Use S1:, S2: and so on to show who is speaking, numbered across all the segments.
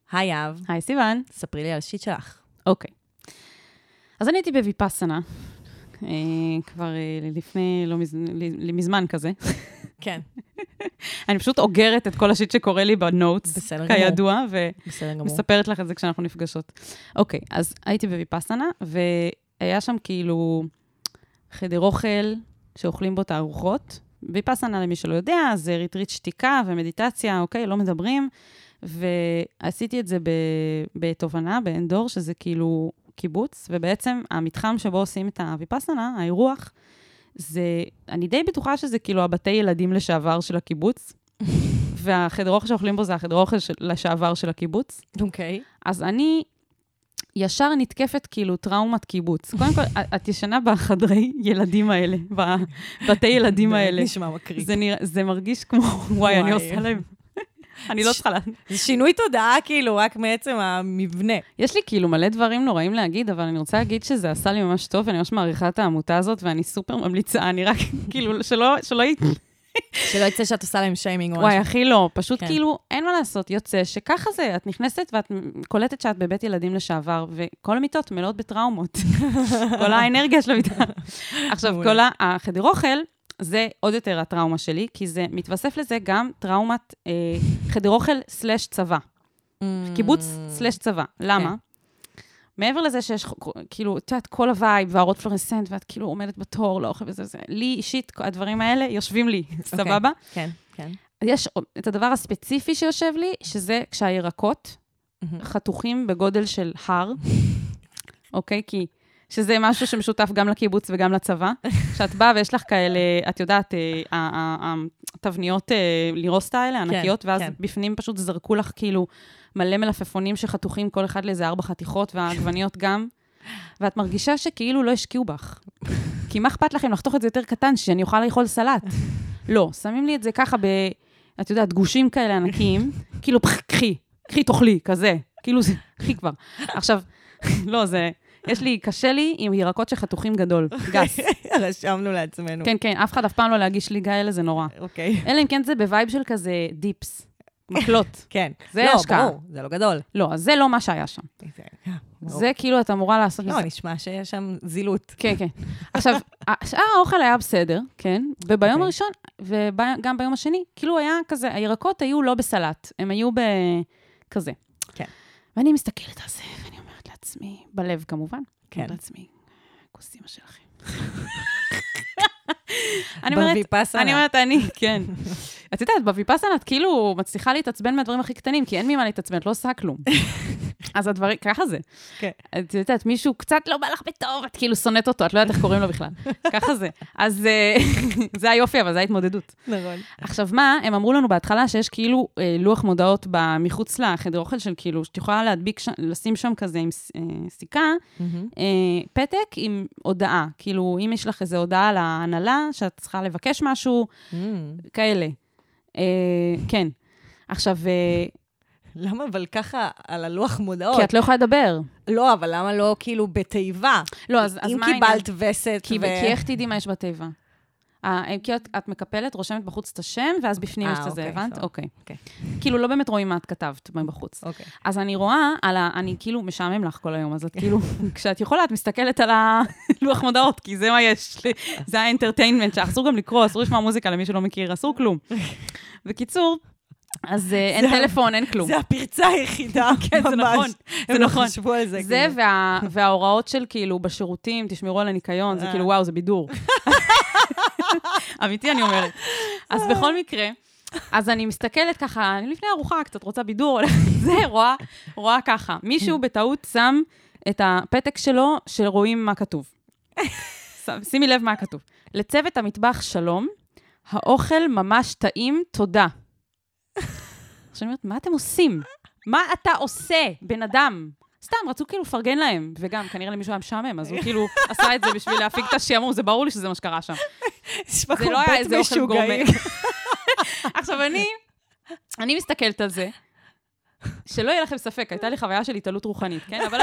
S1: היי אב.
S2: היי סיוון.
S1: ספרי לי על השיט שלך.
S2: אוקיי. אז אני הייתי בויפאסנה, כבר לפני, מזמן כזה.
S1: כן.
S2: אני פשוט אוגרת את כל השיט שקורה לי בנוטס, כידוע, ומספרת לך את זה כשאנחנו נפגשות. אוקיי, אז הייתי בויפאסנה, והיה שם כאילו חדר אוכל שאוכלים בו את הארוחות. ויפאסנה, למי שלא יודע, זה ריטריט שתיקה ומדיטציה, אוקיי, לא מדברים. ועשיתי את זה בתובנה, באנדור, שזה כאילו קיבוץ, ובעצם המתחם שבו עושים את הויפאסנה, האירוח, זה, אני די בטוחה שזה כאילו הבתי ילדים לשעבר של הקיבוץ, והחדר אוכל שאוכלים בו זה החדר אוכל לשעבר של הקיבוץ.
S1: אוקיי.
S2: אז אני ישר נתקפת כאילו טראומת קיבוץ. קודם כל, את ישנה בחדרי ילדים האלה, בבתי ילדים האלה.
S1: זה נשמע מקריב.
S2: זה מרגיש כמו, וואי, אני עושה להם. אני לא צריכה
S1: זה שינוי תודעה, כאילו, רק מעצם המבנה.
S2: יש לי כאילו מלא דברים נוראים להגיד, אבל אני רוצה להגיד שזה עשה לי ממש טוב, ואני ממש מעריכה את העמותה הזאת, ואני סופר ממליצה, אני רק, כאילו, שלא
S1: יצא שאת עושה להם שיימינג או משהו.
S2: וואי, הכי לא. פשוט כאילו, אין מה לעשות, יוצא שככה זה, את נכנסת ואת קולטת שאת בבית ילדים לשעבר, וכל המיטות מלאות בטראומות. כל האנרגיה של המיטה. עכשיו, כל החדר אוכל, זה עוד יותר הטראומה שלי, כי זה מתווסף לזה גם טראומת חדר אוכל סלש צבא. קיבוץ סלש צבא. למה? מעבר לזה שיש, כאילו, את יודעת, כל הווייב והאורות פלורסנט, ואת כאילו עומדת בתור, לא אוכל וזה. לי אישית, הדברים האלה יושבים לי, סבבה?
S1: כן, כן.
S2: יש את הדבר הספציפי שיושב לי, שזה כשהירקות חתוכים בגודל של הר, אוקיי? כי שזה משהו שמשותף גם לקיבוץ וגם לצבא. כשאת באה ויש לך כאלה, את יודעת, התבניות לירוסט האלה, ענקיות, ואז בפנים פשוט זרקו לך כאילו מלא מלפפונים שחתוכים כל אחד לאיזה 4 חתיכות, והעגבניות גם, ואת מרגישה שכאילו לא השקיעו בך. כי מה אכפת לכם לחתוך את זה יותר קטן, שאני אוכל לאכול סלט? לא, שמים לי את זה ככה את יודעת, גושים כאלה ענקיים, כאילו, קחי, תאכלי, כזה. כאילו זה, קחי כבר. עכשיו, לא, זה, קשה לי עם ירקות שחתוכים גדול, גס.
S1: רשמנו לעצמנו.
S2: כן, כן, אף אחד אף פעם לא להגיש לי כאלה, זה נורא.
S1: אוקיי.
S2: אלא אם כן זה בווייב של כזה דיפס, מקלות.
S1: כן.
S2: זה השקעה.
S1: לא, ברור, זה לא גדול.
S2: לא, אז זה לא מה שהיה שם. זה כאילו את אמורה לעשות
S1: לא, נשמע שיש שם זילות.
S2: כן, כן. עכשיו, שאר האוכל היה בסדר, כן? וביום הראשון, וגם ביום השני, כאילו היה כזה, הירקות היו לא בסלט, הם היו בכזה.
S1: כן.
S2: ואני מסתכלת על זה, ואני אומרת לעצמי, בלב כמובן,
S1: כן.
S2: לעצמי, כוסימה שלכם.
S1: בויפאסנה.
S2: כן. את יודעת, בויפאסנה את כאילו מצליחה להתעצבן מהדברים הכי קטנים, כי אין ממה להתעצבן, את לא עושה כלום. אז הדברים, ככה זה.
S1: כן.
S2: את יודעת, מישהו קצת לא בא לך בטוב, את כאילו שונאת אותו, את לא יודעת איך קוראים לו בכלל. ככה זה. אז זה היופי, אבל זה ההתמודדות.
S1: נכון.
S2: עכשיו מה, הם אמרו לנו בהתחלה שיש כאילו לוח מודעות מחוץ לחדר אוכל של כאילו, שאת יכולה להדביק, לשים שם כזה עם סיכה, פתק עם הודעה. כאילו, אם יש לך איזו הודעה להנהלה, שאת צריכה לבקש משהו, כאלה. כן. עכשיו,
S1: למה אבל ככה על הלוח מודעות?
S2: כי את לא יכולה לדבר.
S1: לא, אבל למה לא כאילו בתיבה?
S2: לא, אז
S1: אם קיבלת וסת
S2: כי איך תדעי מה יש בתיבה? כי את מקפלת, רושמת בחוץ את השם, ואז בפנים יש את זה, הבנת? אוקיי. כאילו, לא באמת רואים מה את כתבת בחוץ. אז אני רואה, אני כאילו משעמם לך כל היום, אז את כאילו, כשאת יכולה, את מסתכלת על הלוח מודעות, כי זה מה יש, זה האנטרטיינמנט, שאסור גם לקרוא, אסור לשמוע מוזיקה למי שלא מכיר, אסור כלום. בקיצור, אז אין טלפון, אין כלום.
S1: זה הפרצה היחידה.
S2: כן, זה נכון. זה נכון.
S1: חשבו על זה.
S2: זה וההוראות של כאילו בשירותים, תשמרו על הניקיון, זה כאילו וואו, זה בידור. אמיתי אני אומרת. אז בכל מקרה, אז אני מסתכלת ככה, אני לפני ארוחה, קצת רוצה בידור, זה רואה ככה. מישהו בטעות שם את הפתק שלו, שרואים מה כתוב. שימי לב מה כתוב. לצוות המטבח שלום, האוכל ממש טעים, תודה. עכשיו אני אומרת, מה אתם עושים? מה אתה עושה, בן אדם? סתם, רצו כאילו לפרגן להם, וגם כנראה למישהו היה משעמם, אז הוא כאילו עשה את זה בשביל להפיק את השעמום, זה ברור לי שזה מה שקרה שם. זה לא היה איזה אוכל גורמה. עכשיו אני מסתכלת על זה, שלא יהיה לכם ספק, הייתה לי חוויה של התעלות רוחנית, כן? אבל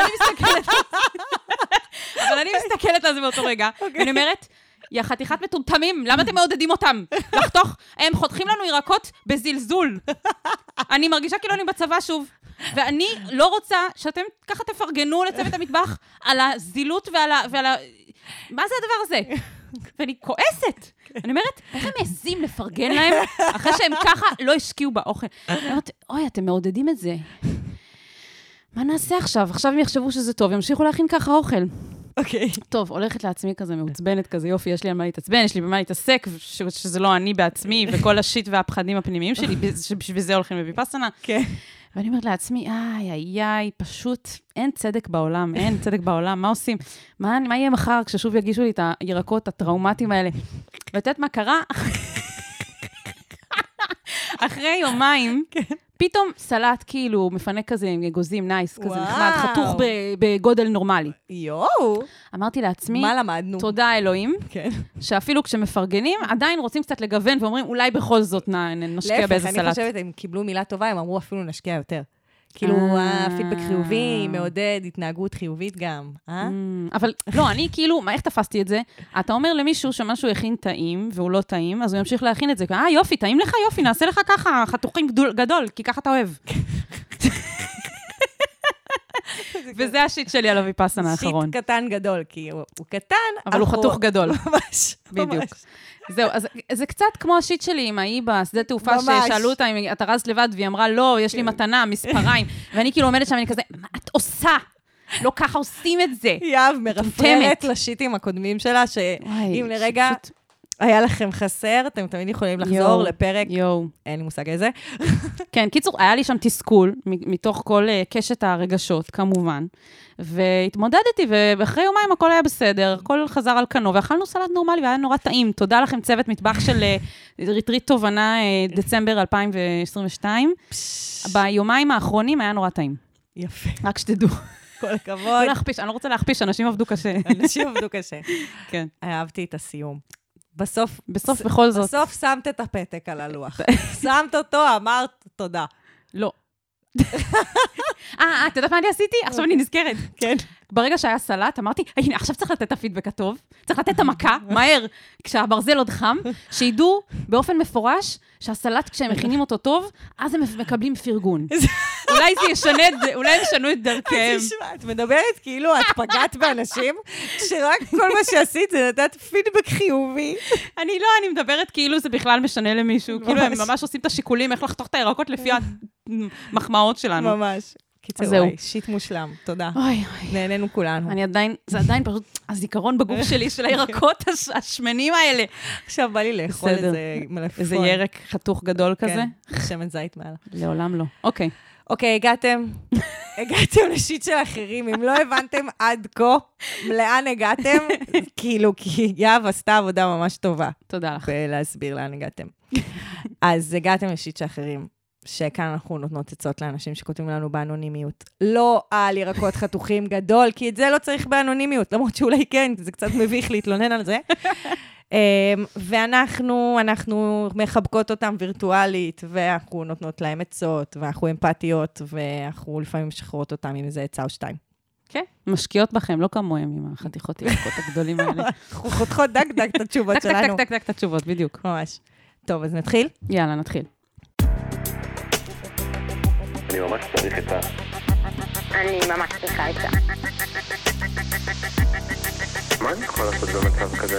S2: אני מסתכלת על זה באותו רגע, ואני אומרת, יא חתיכת מטומטמים, למה אתם מעודדים אותם? לחתוך, הם חותכים לנו ירקות בזלזול. אני מרגישה כאילו אני בצבא שוב. ואני לא רוצה שאתם ככה תפרגנו לצוות המטבח על הזילות ועל ה... מה זה הדבר הזה? ואני כועסת. אני אומרת, איך הם מעזים לפרגן להם, אחרי שהם ככה לא השקיעו באוכל? אני אומרת, אוי, אתם מעודדים את זה. מה נעשה עכשיו? עכשיו הם יחשבו שזה טוב, ימשיכו להכין ככה אוכל.
S1: אוקיי.
S2: טוב, הולכת לעצמי כזה מעוצבנת, כזה יופי, יש לי על מה להתעצבן, יש לי במה להתעסק, שזה לא אני בעצמי, וכל השיט והפחדים הפנימיים שלי, שבשביל זה הולכים בוויפאסנה.
S1: כן.
S2: ואני אומרת לעצמי, איי, פשוט אין צדק בעולם, אין צדק בעולם, מה עושים? מה יהיה מחר כששוב יגישו לי את הירקות הטראומטיים האלה? ואת יודעת מה קרה? אחרי יומיים, פתאום סלט כאילו מפנק כזה עם אגוזים נייס, כזה נחמד, חתוך בגודל נורמלי.
S1: יואו.
S2: אמרתי לעצמי,
S1: מה למדנו?
S2: תודה אלוהים, שאפילו כשמפרגנים, עדיין רוצים קצת לגוון ואומרים, אולי בכל זאת נשקיע באיזה סלט.
S1: להפך, אני חושבת, הם קיבלו מילה טובה, הם אמרו אפילו נשקיע יותר. כאילו, הפידבק חיובי, מעודד, התנהגות חיובית גם.
S2: אבל לא, אני כאילו, איך תפסתי את זה? אתה אומר למישהו שמשהו הכין טעים, והוא לא טעים, אז הוא ימשיך להכין את זה. יופי, טעים לך, יופי, נעשה לך ככה, חתוכים גדול, כי ככה אתה אוהב. וזה השיט שלי על הוויפאסנה האחרון.
S1: שיט קטן גדול, כי הוא קטן,
S2: אבל הוא חתוך גדול.
S1: ממש.
S2: בדיוק. זהו, אז זה קצת כמו השיט שלי עם האי בשדה תעופה, ששאלו אותה אם אתה רזת לבד, והיא אמרה, לא, יש לי מתנה, מספריים. ואני כאילו עומדת שם, אני כזה, מה את עושה? לא ככה עושים את זה.
S1: יאב, מרפררת לשיטים הקודמים שלה, שאם לרגע היה לכם חסר, אתם תמיד יכולים לחזור לפרק, אין לי מושג איזה.
S2: כן, קיצור, היה לי שם תסכול, מתוך כל קשת הרגשות, כמובן, והתמודדתי, ואחרי יומיים הכל היה בסדר, הכל חזר על כנו, ואכלנו סלט נורמלי, והיה נורא טעים. תודה לכם, צוות מטבח של ריטריט תובנה, דצמבר 2022. ביומיים האחרונים היה נורא טעים.
S1: יפה.
S2: רק שתדעו.
S1: כל הכבוד.
S2: לא להכפיש, אני לא רוצה להכפיש, אנשים עבדו קשה.
S1: אנשים עבדו קשה.
S2: כן.
S1: אהבתי את הסיום. בסוף
S2: בכל זאת.
S1: בסוף שמת את הפתק על הלוח. שמת אותו, אמרת תודה.
S2: לא. את יודעת מה אני עשיתי? עכשיו אני נזכרת.
S1: כן.
S2: ברגע שהיה סלט, אמרתי, הנה, עכשיו צריך לתת את הפידבק הטוב, צריך לתת את המכה, מהר, כשהברזל עוד חם, שידעו באופן מפורש שהסלט, כשהם מכינים אותו טוב, אז הם מקבלים פרגון. אולי זה ישנו את דרכם.
S1: תשמע, את מדברת כאילו את פגעת באנשים, שרק כל מה שעשית זה לתת פידבק חיובי.
S2: אני מדברת כאילו זה בכלל משנה למישהו, כאילו הם ממש עושים את השיקולים, איך לחתוך את הירקות לפי המחמאות שלנו.
S1: ממש. קיצור, שיט מושלם, תודה. נהנינו כולנו.
S2: זה עדיין פשוט הזיכרון בגוף שלי של הירקות השמנים האלה.
S1: עכשיו בא לי לאכול איזה מלפפון.
S2: איזה ירק חתוך גדול כזה.
S1: כן, שמן זית מעלה.
S2: לעולם לא. אוקיי.
S1: אוקיי, הגעתם לשיט של אחרים. אם לא הבנתם עד כה, לאן הגעתם? כאילו, כי יאב עשתה עבודה ממש טובה.
S2: תודה לך.
S1: ולהסביר לאן הגעתם. אז הגעתם לשיט של אחרים. שכאן אנחנו נותנות עצות לאנשים שכותבים לנו באנונימיות. לא על ירקות חתוכים גדול, כי את זה לא צריך באנונימיות, למרות שאולי כן, זה קצת מביך להתלונן על זה. ואנחנו מחבקות אותם וירטואלית, ואנחנו נותנות להם עצות, ואנחנו אמפתיות, ואנחנו לפעמים משחררות אותם עם איזה עצה או שתיים.
S2: כן, משקיעות בכם, לא כמוהם עם החתיכות ירקות הגדולים האלה.
S1: אנחנו חותכות דק את התשובות שלנו.
S2: דק את התשובות, בדיוק.
S1: ממש. טוב, אז נתחיל?
S2: יאללה, נתחיל.
S3: אני ממש צריך את
S4: אני ממש צריכה את זה.
S3: מה אני יכול לעשות במצב כזה?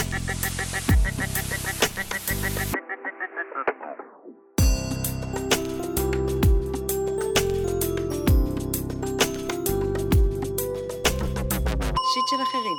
S1: שיט של אחרים.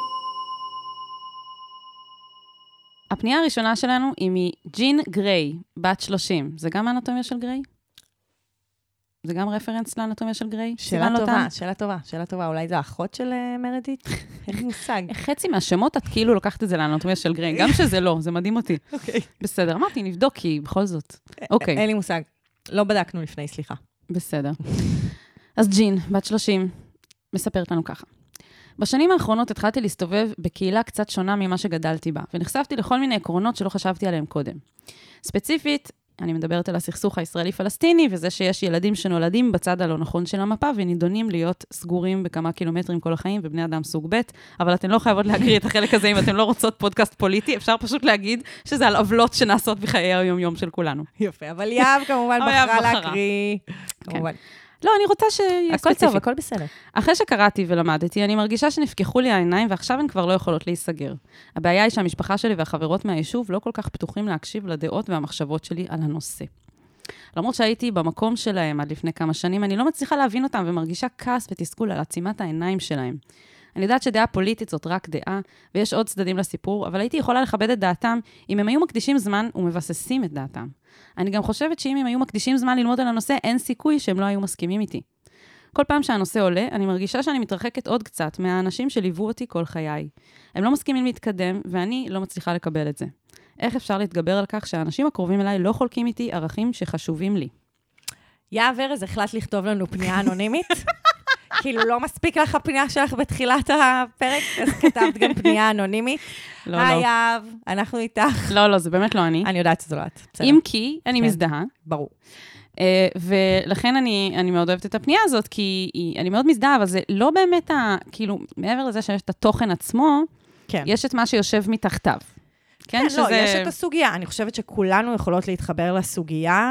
S2: הפנייה הראשונה שלנו היא מג'ין גריי, בת 30. זה גם האנטומיה של גריי? זה גם רפרנס לאנטומיה של גריי?
S1: שאלה טובה. אולי זה האחות של מרדית? אין לי מושג.
S2: חצי מהשמות, את כאילו לוקחת את זה לאנטומיה של גריי. גם שזה לא, זה מדהים אותי.
S1: אוקיי.
S2: בסדר, אמרתי, נבדוק, כי בכל זאת. אוקיי.
S1: אין לי מושג. לא בדקנו לפני, סליחה.
S2: בסדר. אז ג'ין, בת 30, מספרת לנו ככה. בשנים האחרונות התחלתי להסתובב בקהילה קצת שונה ממה שגדלתי בה, ונחשפתי לכל מיני עקרונות שלא חשבתי עליהם קודם. ספציפית, אני מדברת על הסכסוך הישראלי-פלסטיני, וזה שיש ילדים שנולדים בצד הלא נכון של המפה, ונידונים להיות סגורים בכמה קילומטרים כל החיים, ובני אדם סוג ב', אבל אתן לא חייבות להקריא את החלק הזה, אם אתן לא רוצות פודקאסט פוליטי, אפשר פשוט להגיד שזה על עוולות שנעשות בחיי היום-יום של כולנו.
S1: יפה, אבל יאב כמובן בחרה להקריא. כמובן.
S2: לא, אני רוצה שיהיה
S1: הכל
S2: ספציפי.
S1: טוב, הכל בסדר.
S2: אחרי שקראתי ולמדתי, אני מרגישה שנפקחו לי העיניים, ועכשיו הן כבר לא יכולות להיסגר. הבעיה היא שהמשפחה שלי והחברות מהיישוב לא כל כך פתוחים להקשיב לדעות והמחשבות שלי על הנושא. למרות שהייתי במקום שלהם עד לפני כמה שנים, אני לא מצליחה להבין אותם ומרגישה כעס ותסכול על עצימת העיניים שלהם. אני יודעת שדעה פוליטית זאת רק דעה, ויש עוד צדדים לסיפור, אבל הייתי יכולה לכבד את דעתם אם הם היו מקדישים זמן ומבססים את דעתם. אני גם חושבת שאם הם היו מקדישים זמן ללמוד על הנושא, אין סיכוי שהם לא היו מסכימים איתי. כל פעם שהנושא עולה, אני מרגישה שאני מתרחקת עוד קצת מהאנשים שליוו אותי כל חיי. הם לא מסכימים להתקדם, ואני לא מצליחה לקבל את זה. איך אפשר להתגבר על כך שהאנשים הקרובים אליי לא חולקים איתי ערכים שחשובים לי?
S1: ורז, החלטת לכתוב לנו פנייה אנונימית? כאילו, לא מספיק לך הפנייה שלך בתחילת הפרק, אז כתבת גם פנייה אנונימית.
S2: לא,
S1: היי, יהב, אנחנו איתך.
S2: לא, זה באמת לא אני.
S1: אני יודעת שזו לא את. בסדר.
S2: אם כי, אני מזדהה.
S1: ברור.
S2: ולכן אני מאוד אוהבת את הפנייה הזאת, כי אני מאוד מזדהה, אבל זה לא באמת, כאילו, מעבר לזה שיש את התוכן עצמו, יש את מה שיושב מתחתיו.
S1: כן, לא, יש את הסוגיה. אני חושבת שכולנו יכולות להתחבר לסוגיה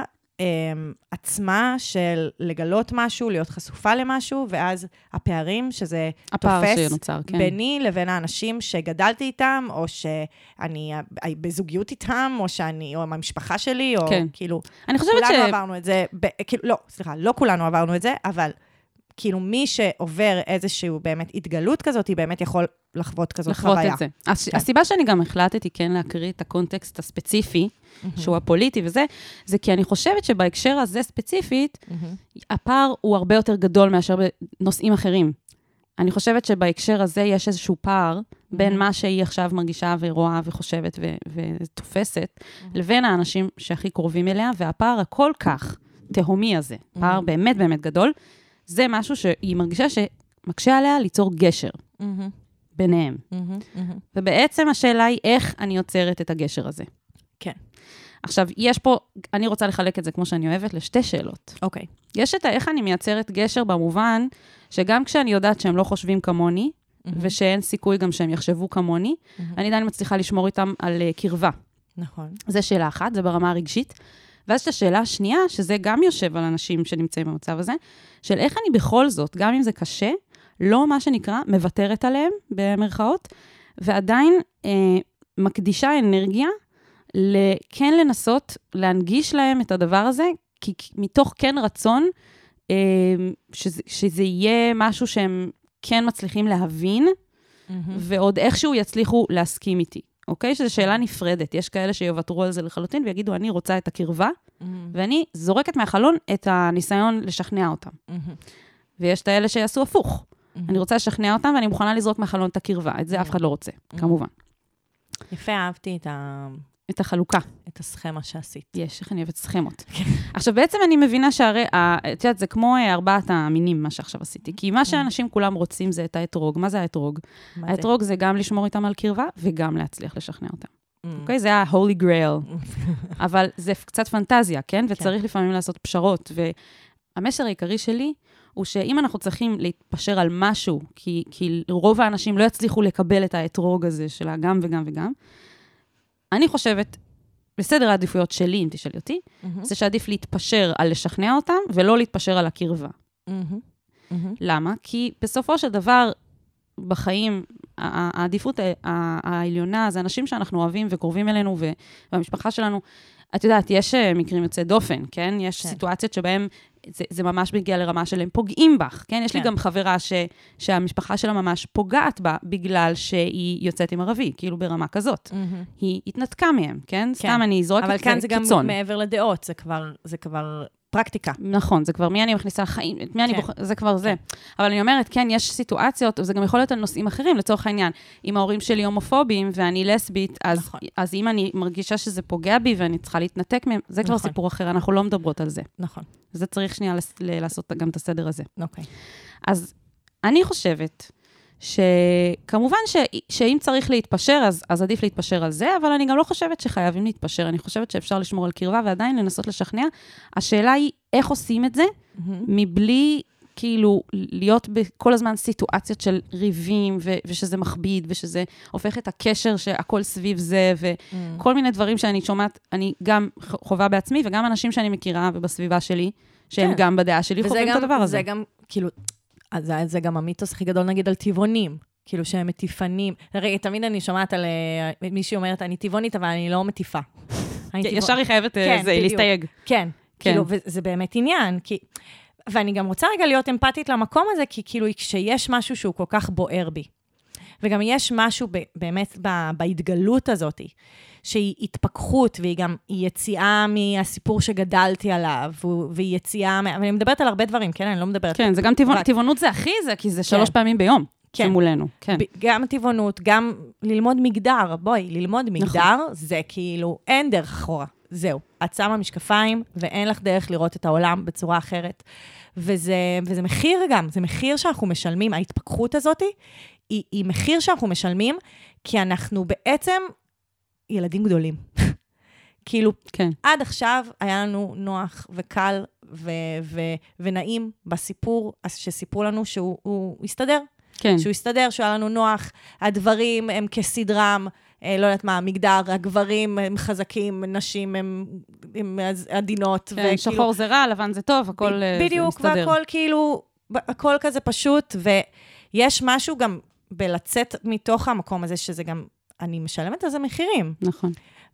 S1: עצמה של לגלות משהו, להיות חשופה למשהו, ואז הפערים שזה תופס ביני לבין האנשים שגדלתי איתם, או שאני בזוגיות איתם, או המשפחה שלי, או כאילו, כולנו עברנו את זה, לא, סליחה, לא כולנו עברנו את זה, אבל כאילו מי שעובר איזשהו באמת התגלות כזאת, היא באמת יכול לחוות כזאת חוויה.
S2: לחוות את זה. הסיבה שאני גם החלטתי כן להקריא את הקונטקסט הספציפי, שהוא הפוליטי וזה, זה כי אני חושבת שבהקשר הזה ספציפית, הפער הוא הרבה יותר גדול מאשר בנושאים אחרים. אני חושבת שבהקשר הזה יש איזשהו פער בין מה שהיא עכשיו מרגישה ורואה וחושבת ותופסת, לבין האנשים שהכי קרובים אליה, והפער הכל כך תהומי הזה, פער באמת באמת גדול, זה משהו שהיא מרגישה שמקשה עליה ליצור גשר ביניהם. ובעצם השאלה היא איך אני יוצרת את הגשר הזה.
S1: כן.
S2: עכשיו, יש פה, אני רוצה לחלק את זה כמו שאני אוהבת, לשתי שאלות.
S1: אוקיי.
S2: יש את איך אני מייצרת גשר במובן, שגם כשאני יודעת שהם לא חושבים כמוני, ושאין סיכוי גם שהם יחשבו כמוני, אני עדיין מצליחה לשמור איתם על קרבה.
S1: נכון.
S2: זה שאלה אחת, זה ברמה הרגשית. ואז את השאלה השנייה, שזה גם יושב על אנשים שנמצאים במצב הזה, של איך אני בכל זאת, גם אם זה קשה, לא מה שנקרא, מוותרת עליהם, במרכאות, ועדיין מקדישה אנרגיה, כן לנסות להנגיש להם את הדבר הזה, כי מתוך כן רצון, שזה יהיה משהו שהם כן מצליחים להבין, ועוד איכשהו יצליחו להסכים איתי. אוקיי? שזו שאלה נפרדת. יש כאלה שיוותרו על זה לחלוטין, ויגידו, אני רוצה את הקרבה, ואני זורקת מהחלון את הניסיון לשכנע אותם. ויש את האלה שיעשו הפוך. אני רוצה לשכנע אותם, ואני מוכנה לזרוק מהחלון את הקרבה. את זה אף אחד לא רוצה, כמובן.
S1: יפה, אהבתי
S2: את החלוקה.
S1: את הסכמה שעשית.
S2: יש, איך אני אוהבת סכמות. עכשיו, בעצם אני מבינה שהרי, את יודעת, זה כמו 4 המינים, מה שעכשיו עשיתי. כי מה שאנשים כולם רוצים זה את האתרוג. מה זה האתרוג? האתרוג זה גם לשמור איתם על קרבה, וגם להצליח לשכנע אותם. אוקיי? זה ה-Holy Grail. אבל זה קצת פנטזיה, כן? וצריך לפעמים לעשות פשרות. והמסר העיקרי שלי הוא שאם אנחנו צריכים להתפשר על משהו, כי רוב האנשים לא יצליחו לקבל את האתרוג הזה של גם וגם וגם, אני חושבת, בסדר העדיפויות שלי, אם תשאלי אותי, זה שעדיף להתפשר על לשכנע אותם, ולא להתפשר על הקרבה. למה? כי בסופו של דבר, בחיים, העדיפות העליונה, זה אנשים שאנחנו אוהבים וקרובים אלינו, והמשפחה שלנו, את יודעת, יש מקרים יוצאי דופן, כן? יש סיטואציות שבהם זה ממש מגיע לרמה שלהם פוגעים בך, כן? יש לי גם חברה שהמשפחה שלה ממש פוגעת בה, בגלל שהיא יוצאת עם ערבי, כאילו ברמה כזאת. היא התנתקה מהם, כן? סתם אני זורקת קיצון.
S1: אבל כאן זה גם מעבר לדעות, זה כבר פרקטיקה.
S2: נכון, זה כבר מי אני מכניסה לחיים, מי אני זה כבר זה. אבל אני אומרת, כן, יש סיטואציות, וזה גם יכול להיות על נושאים אחרים, לצורך העניין, אם ההורים שלי הומופובים ואני לסבית, אז אם אני מרגישה שזה פוגע בי ואני צריכה להתנתק מהם, זה כבר סיפור אחר, אנחנו לא מדברות על זה.
S1: נכון.
S2: זה צריך שנייה לעשות גם את הסדר הזה.
S1: אוקיי.
S2: אז אני חושבת שכמובן שאם צריך להתפשר, אז עדיף להתפשר על זה, אבל אני גם לא חושבת שחייבים להתפשר, אני חושבת שאפשר לשמור על קרבה ועדיין לנסות לשכנע. השאלה היא איך עושים את זה, מבלי כאילו להיות בכל הזמן סיטואציות של ריבים, ושזה מכביד, ושזה הופך את הקשר שהכל סביב זה, וכל מיני דברים שאני שומעת, אני גם חובה בעצמי, וגם אנשים שאני מכירה ובסביבה שלי, שהם גם בדעה שלי חווים את הדבר הזה.
S1: זה גם, כאילו, זה גם המיתוס הכי גדול, נגיד, על טבעונים. כאילו שהם מטיפנים. הרי תמיד אני שומעת על מישהי אומרת, אני טבעונית, אבל אני לא מטיפה.
S2: ישר היא חייבת להסתייג.
S1: כן, כאילו, וזה באמת עניין, ואני גם רוצה רגע להיות אמפתית למקום הזה, כי כאילו, כשיש משהו שהוא כל כך בוער בי, וגם יש משהו באמת בהתגלות הזאת, שהיא התפכחות, והיא גם יציאה מהסיפור שגדלתי עליו, והיא יציאה, ואני מדברת על הרבה דברים, כן? אני לא מדברת...
S2: כן, זה גם טבעונות זה הכי זה, כי זה 3 פעמים ביום. שמולנו, כן.
S1: גם טבעונות, גם ללמוד מגדר. בואי, ללמוד מגדר, זה כאילו, אין דרך אחורה. זהו. את שמה משקפיים, ואין לך דרך לראות את העולם בצורה אחרת. וזה מחיר גם, זה מחיר שאנחנו משלמים. ההתפכחות הזאת היא מחיר שאנחנו משלמים, כי אנחנו בעצם ילדים גדולים. כאילו, כן. עד עכשיו היה לנו נוח וקל ונעים בסיפור, שסיפרו לנו שהוא יסתדר. כן. שהוא יסתדר, שהוא היה לנו נוח, הדברים הם כסדרם, לא יודעת מה, מגדר, הגברים הם חזקים, נשים הם עדינות.
S2: כן, שחור זה רע, לבן זה טוב, הכל
S1: בדיוק, מסתדר. והכל כאילו, הכל כזה פשוט, ויש משהו גם בלצאת מתוך המקום הזה, שזה גם, אני משלמת על זה מחירים.
S2: נכון.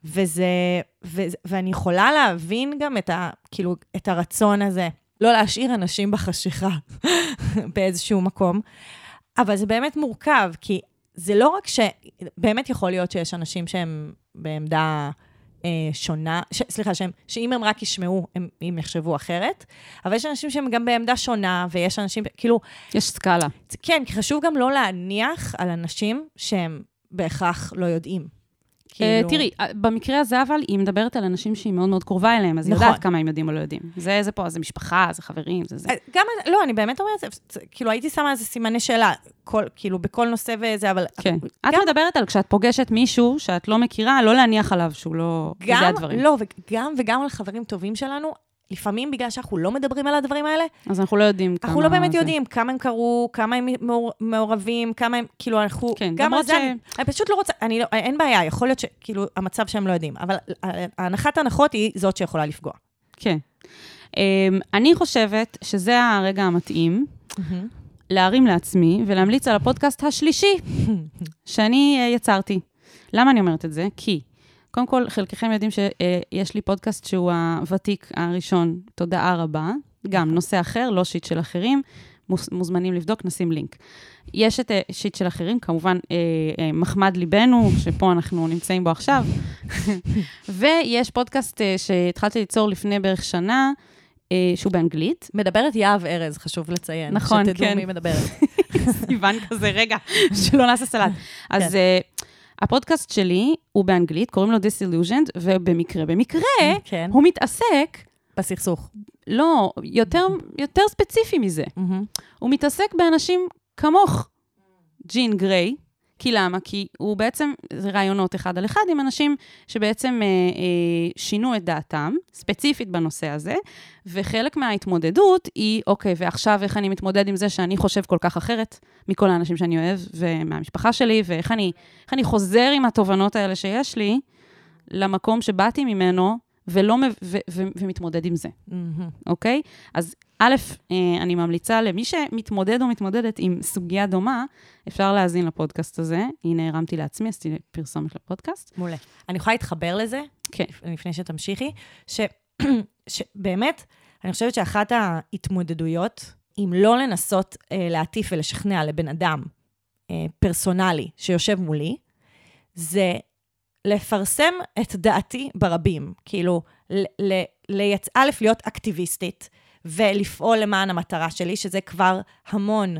S1: ואני יכולה להבין גם כאילו, את הרצון הזה, לא להשאיר אנשים בחשיכה באיזשהו מקום, אבל זה באמת מורכב, כי זה לא רק באמת יכול להיות שיש אנשים שהם בעמדה שונה, סליחה, שאם הם רק ישמעו, הם יחשבו אחרת, אבל יש אנשים שהם גם בעמדה שונה, ויש אנשים, כאילו...
S2: יש סקאלה.
S1: כן, כי חשוב גם לא להניח על אנשים שהם בהכרח לא יודעים.
S2: תראי, במקרה הזה אבל, היא מדברת על אנשים שהיא מאוד מאוד קרובה אליהם, אז היא יודעת כמה הם יודעים או לא יודעים. זה פה, זה משפחה, זה חברים, זה.
S1: גם, לא, אני באמת אומרת, כאילו, הייתי שמה איזה סימני שאלה, כאילו, בכל נושא וזה, אבל...
S2: כן. את מדברת על כשאת פוגשת מישהו שאת לא מכירה, לא להניח עליו שהוא לא... זה הדברים.
S1: לא, וגם על חברים טובים שלנו, לפעמים בגלל שאנחנו לא מדברים על הדברים האלה,
S2: אז אנחנו לא יודעים כמה...
S1: אנחנו לא באמת יודעים כמה הם קרו, כמה הם מעורבים, כמה הם, כאילו, אנחנו...
S2: כן,
S1: גם על זה, אני פשוט לא רוצה, אין בעיה, יכול להיות שכאילו, המצב שהם לא יודעים, אבל ההנחת ההנחות היא זאת שיכולה לפגוע.
S2: כן. אני חושבת שזה הרגע המתאים, להרים לעצמי ולהמליץ על הפודקאסט השלישי שאני יצרתי. למה אני אומרת את זה? כי... קודם כל, חלקכם יודעים שיש לי פודקאסט שהוא הוותיק הראשון, תודעה רבה, גם נושא אחר, לא שיט של אחרים, מוזמנים לבדוק, נשים לינק. יש את שיט של אחרים, כמובן מחמד ליבנו, שפה אנחנו נמצאים בו עכשיו, ויש פודקאסט שהתחלתי ליצור לפני בערך שנה, שהוא באנגלית.
S1: מדברת יהב ארז, חשוב לציין.
S2: נכון, כן.
S1: שתדעו מי מדברת.
S2: סיוון כזה, רגע, שלא נעשה סלט. אז... הפודקאסט שלי הוא באנגלית, קוראים לו Disillusioned, ובמקרה, כן. הוא מתעסק...
S1: בסכסוך.
S2: לא, יותר ספציפי מזה. הוא מתעסק באנשים כמוך, ג'ין גריי, כי למה? כי הוא בעצם, זה רעיונות אחד על אחד, עם אנשים שבעצם שינו את דעתם, ספציפית בנושא הזה, וחלק מההתמודדות היא, אוקיי, ועכשיו איך אני מתמודד עם זה שאני חושב כל כך אחרת מכל האנשים שאני אוהב, ומהמשפחה שלי, ואיך אני חוזר עם התובנות האלה שיש לי, למקום שבאתי ממנו, ומתמודד עם זה. אוקיי? אז א', אני ממליצה למי שמתמודד או מתמודדת עם סוגיה דומה, אפשר להאזין לפודקאסט הזה. הנה, הרמתי לעצמי, עשיתי פרסומת לפודקאסט.
S1: מעולה. אני יכולה להתחבר לזה,
S2: כן.
S1: לפני שתמשיכי, שבאמת, אני חושבת שאחת ההתמודדויות, אם לא לנסות להטיף ולשכנע לבן אדם פרסונלי שיושב מולי, זה לפרסם את דעתי ברבים. כאילו, א', להיות אקטיביסטית, ולפעול למען המטרה שלי, שזה כבר המון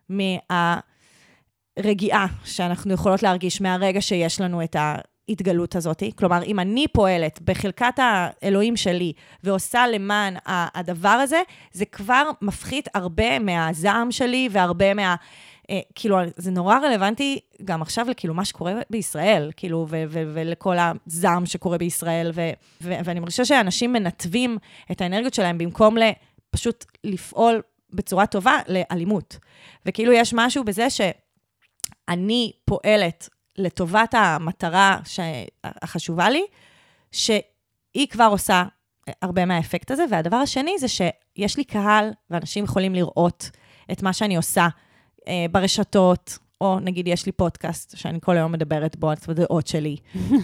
S1: מהרגיעה שאנחנו יכולות להרגיש מהרגע שיש לנו את ההתגלות הזאת. כלומר, אם אני פועלת בחלקת האלוהים שלי, ועושה למען הדבר הזה, זה כבר מפחית הרבה מהזעם שלי, והרבה כאילו, זה נורא רלוונטי גם עכשיו לכאילו מה שקורה בישראל, כאילו, ולכל הזעם שקורה בישראל, ואני מרגישה שאנשים מנתבים את האנרגיות שלהם במקום פשוט לפעול בצורה טובה לאלימות. וכאילו יש משהו בזה שאני פועלת לטובת המטרה החשובה לי, שהיא כבר עושה הרבה מהאפקט הזה, והדבר השני זה שיש לי קהל, ואנשים יכולים לראות את מה שאני עושה ברשתות, או נגיד יש לי פודקאסט, שאני כל היום מדברת בו, את הדעות שלי.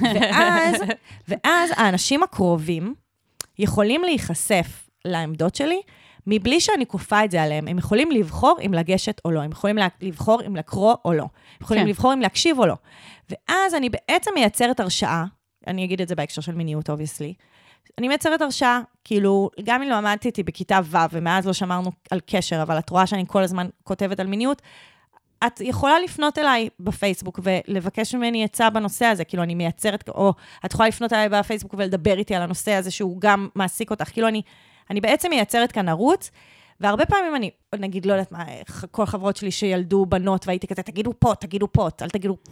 S1: ואז האנשים הקרובים יכולים להיחשף לעמדות שלי, מבלי שאני כופה את זה עליהם. הם יכולים לבחור אם לגשת או לא, הם יכולים לבחור אם לקרוא או לא, הם יכולים לבחור אם להקשיב או לא. ואז אני בעצם מייצרת הרשאה, אני אגיד את זה בהקשר של מיניות, obviously, אני מייצרת הרשאה, כאילו, גם אם לא עמדתי איתי בכיתה ו' ומאז לא שמרנו על קשר, אבל את רואה שאני כל הזמן כותבת על מיניות, את יכולה לפנות אליי בפייסבוק ולבקש ממני עצה בנושא הזה, כאילו אני מייצרת, או את יכולה לפנות אליי בפייסבוק ולדבר איתי על הנושא הזה שהוא גם מעסיק אותך, כאילו אני בעצם מייצרת כאן ערוץ, והרבה פעמים אני, נגיד, לא יודעת מה, כל חברות שלי שילדו בנות, והייתי כזה, תגידו פוט,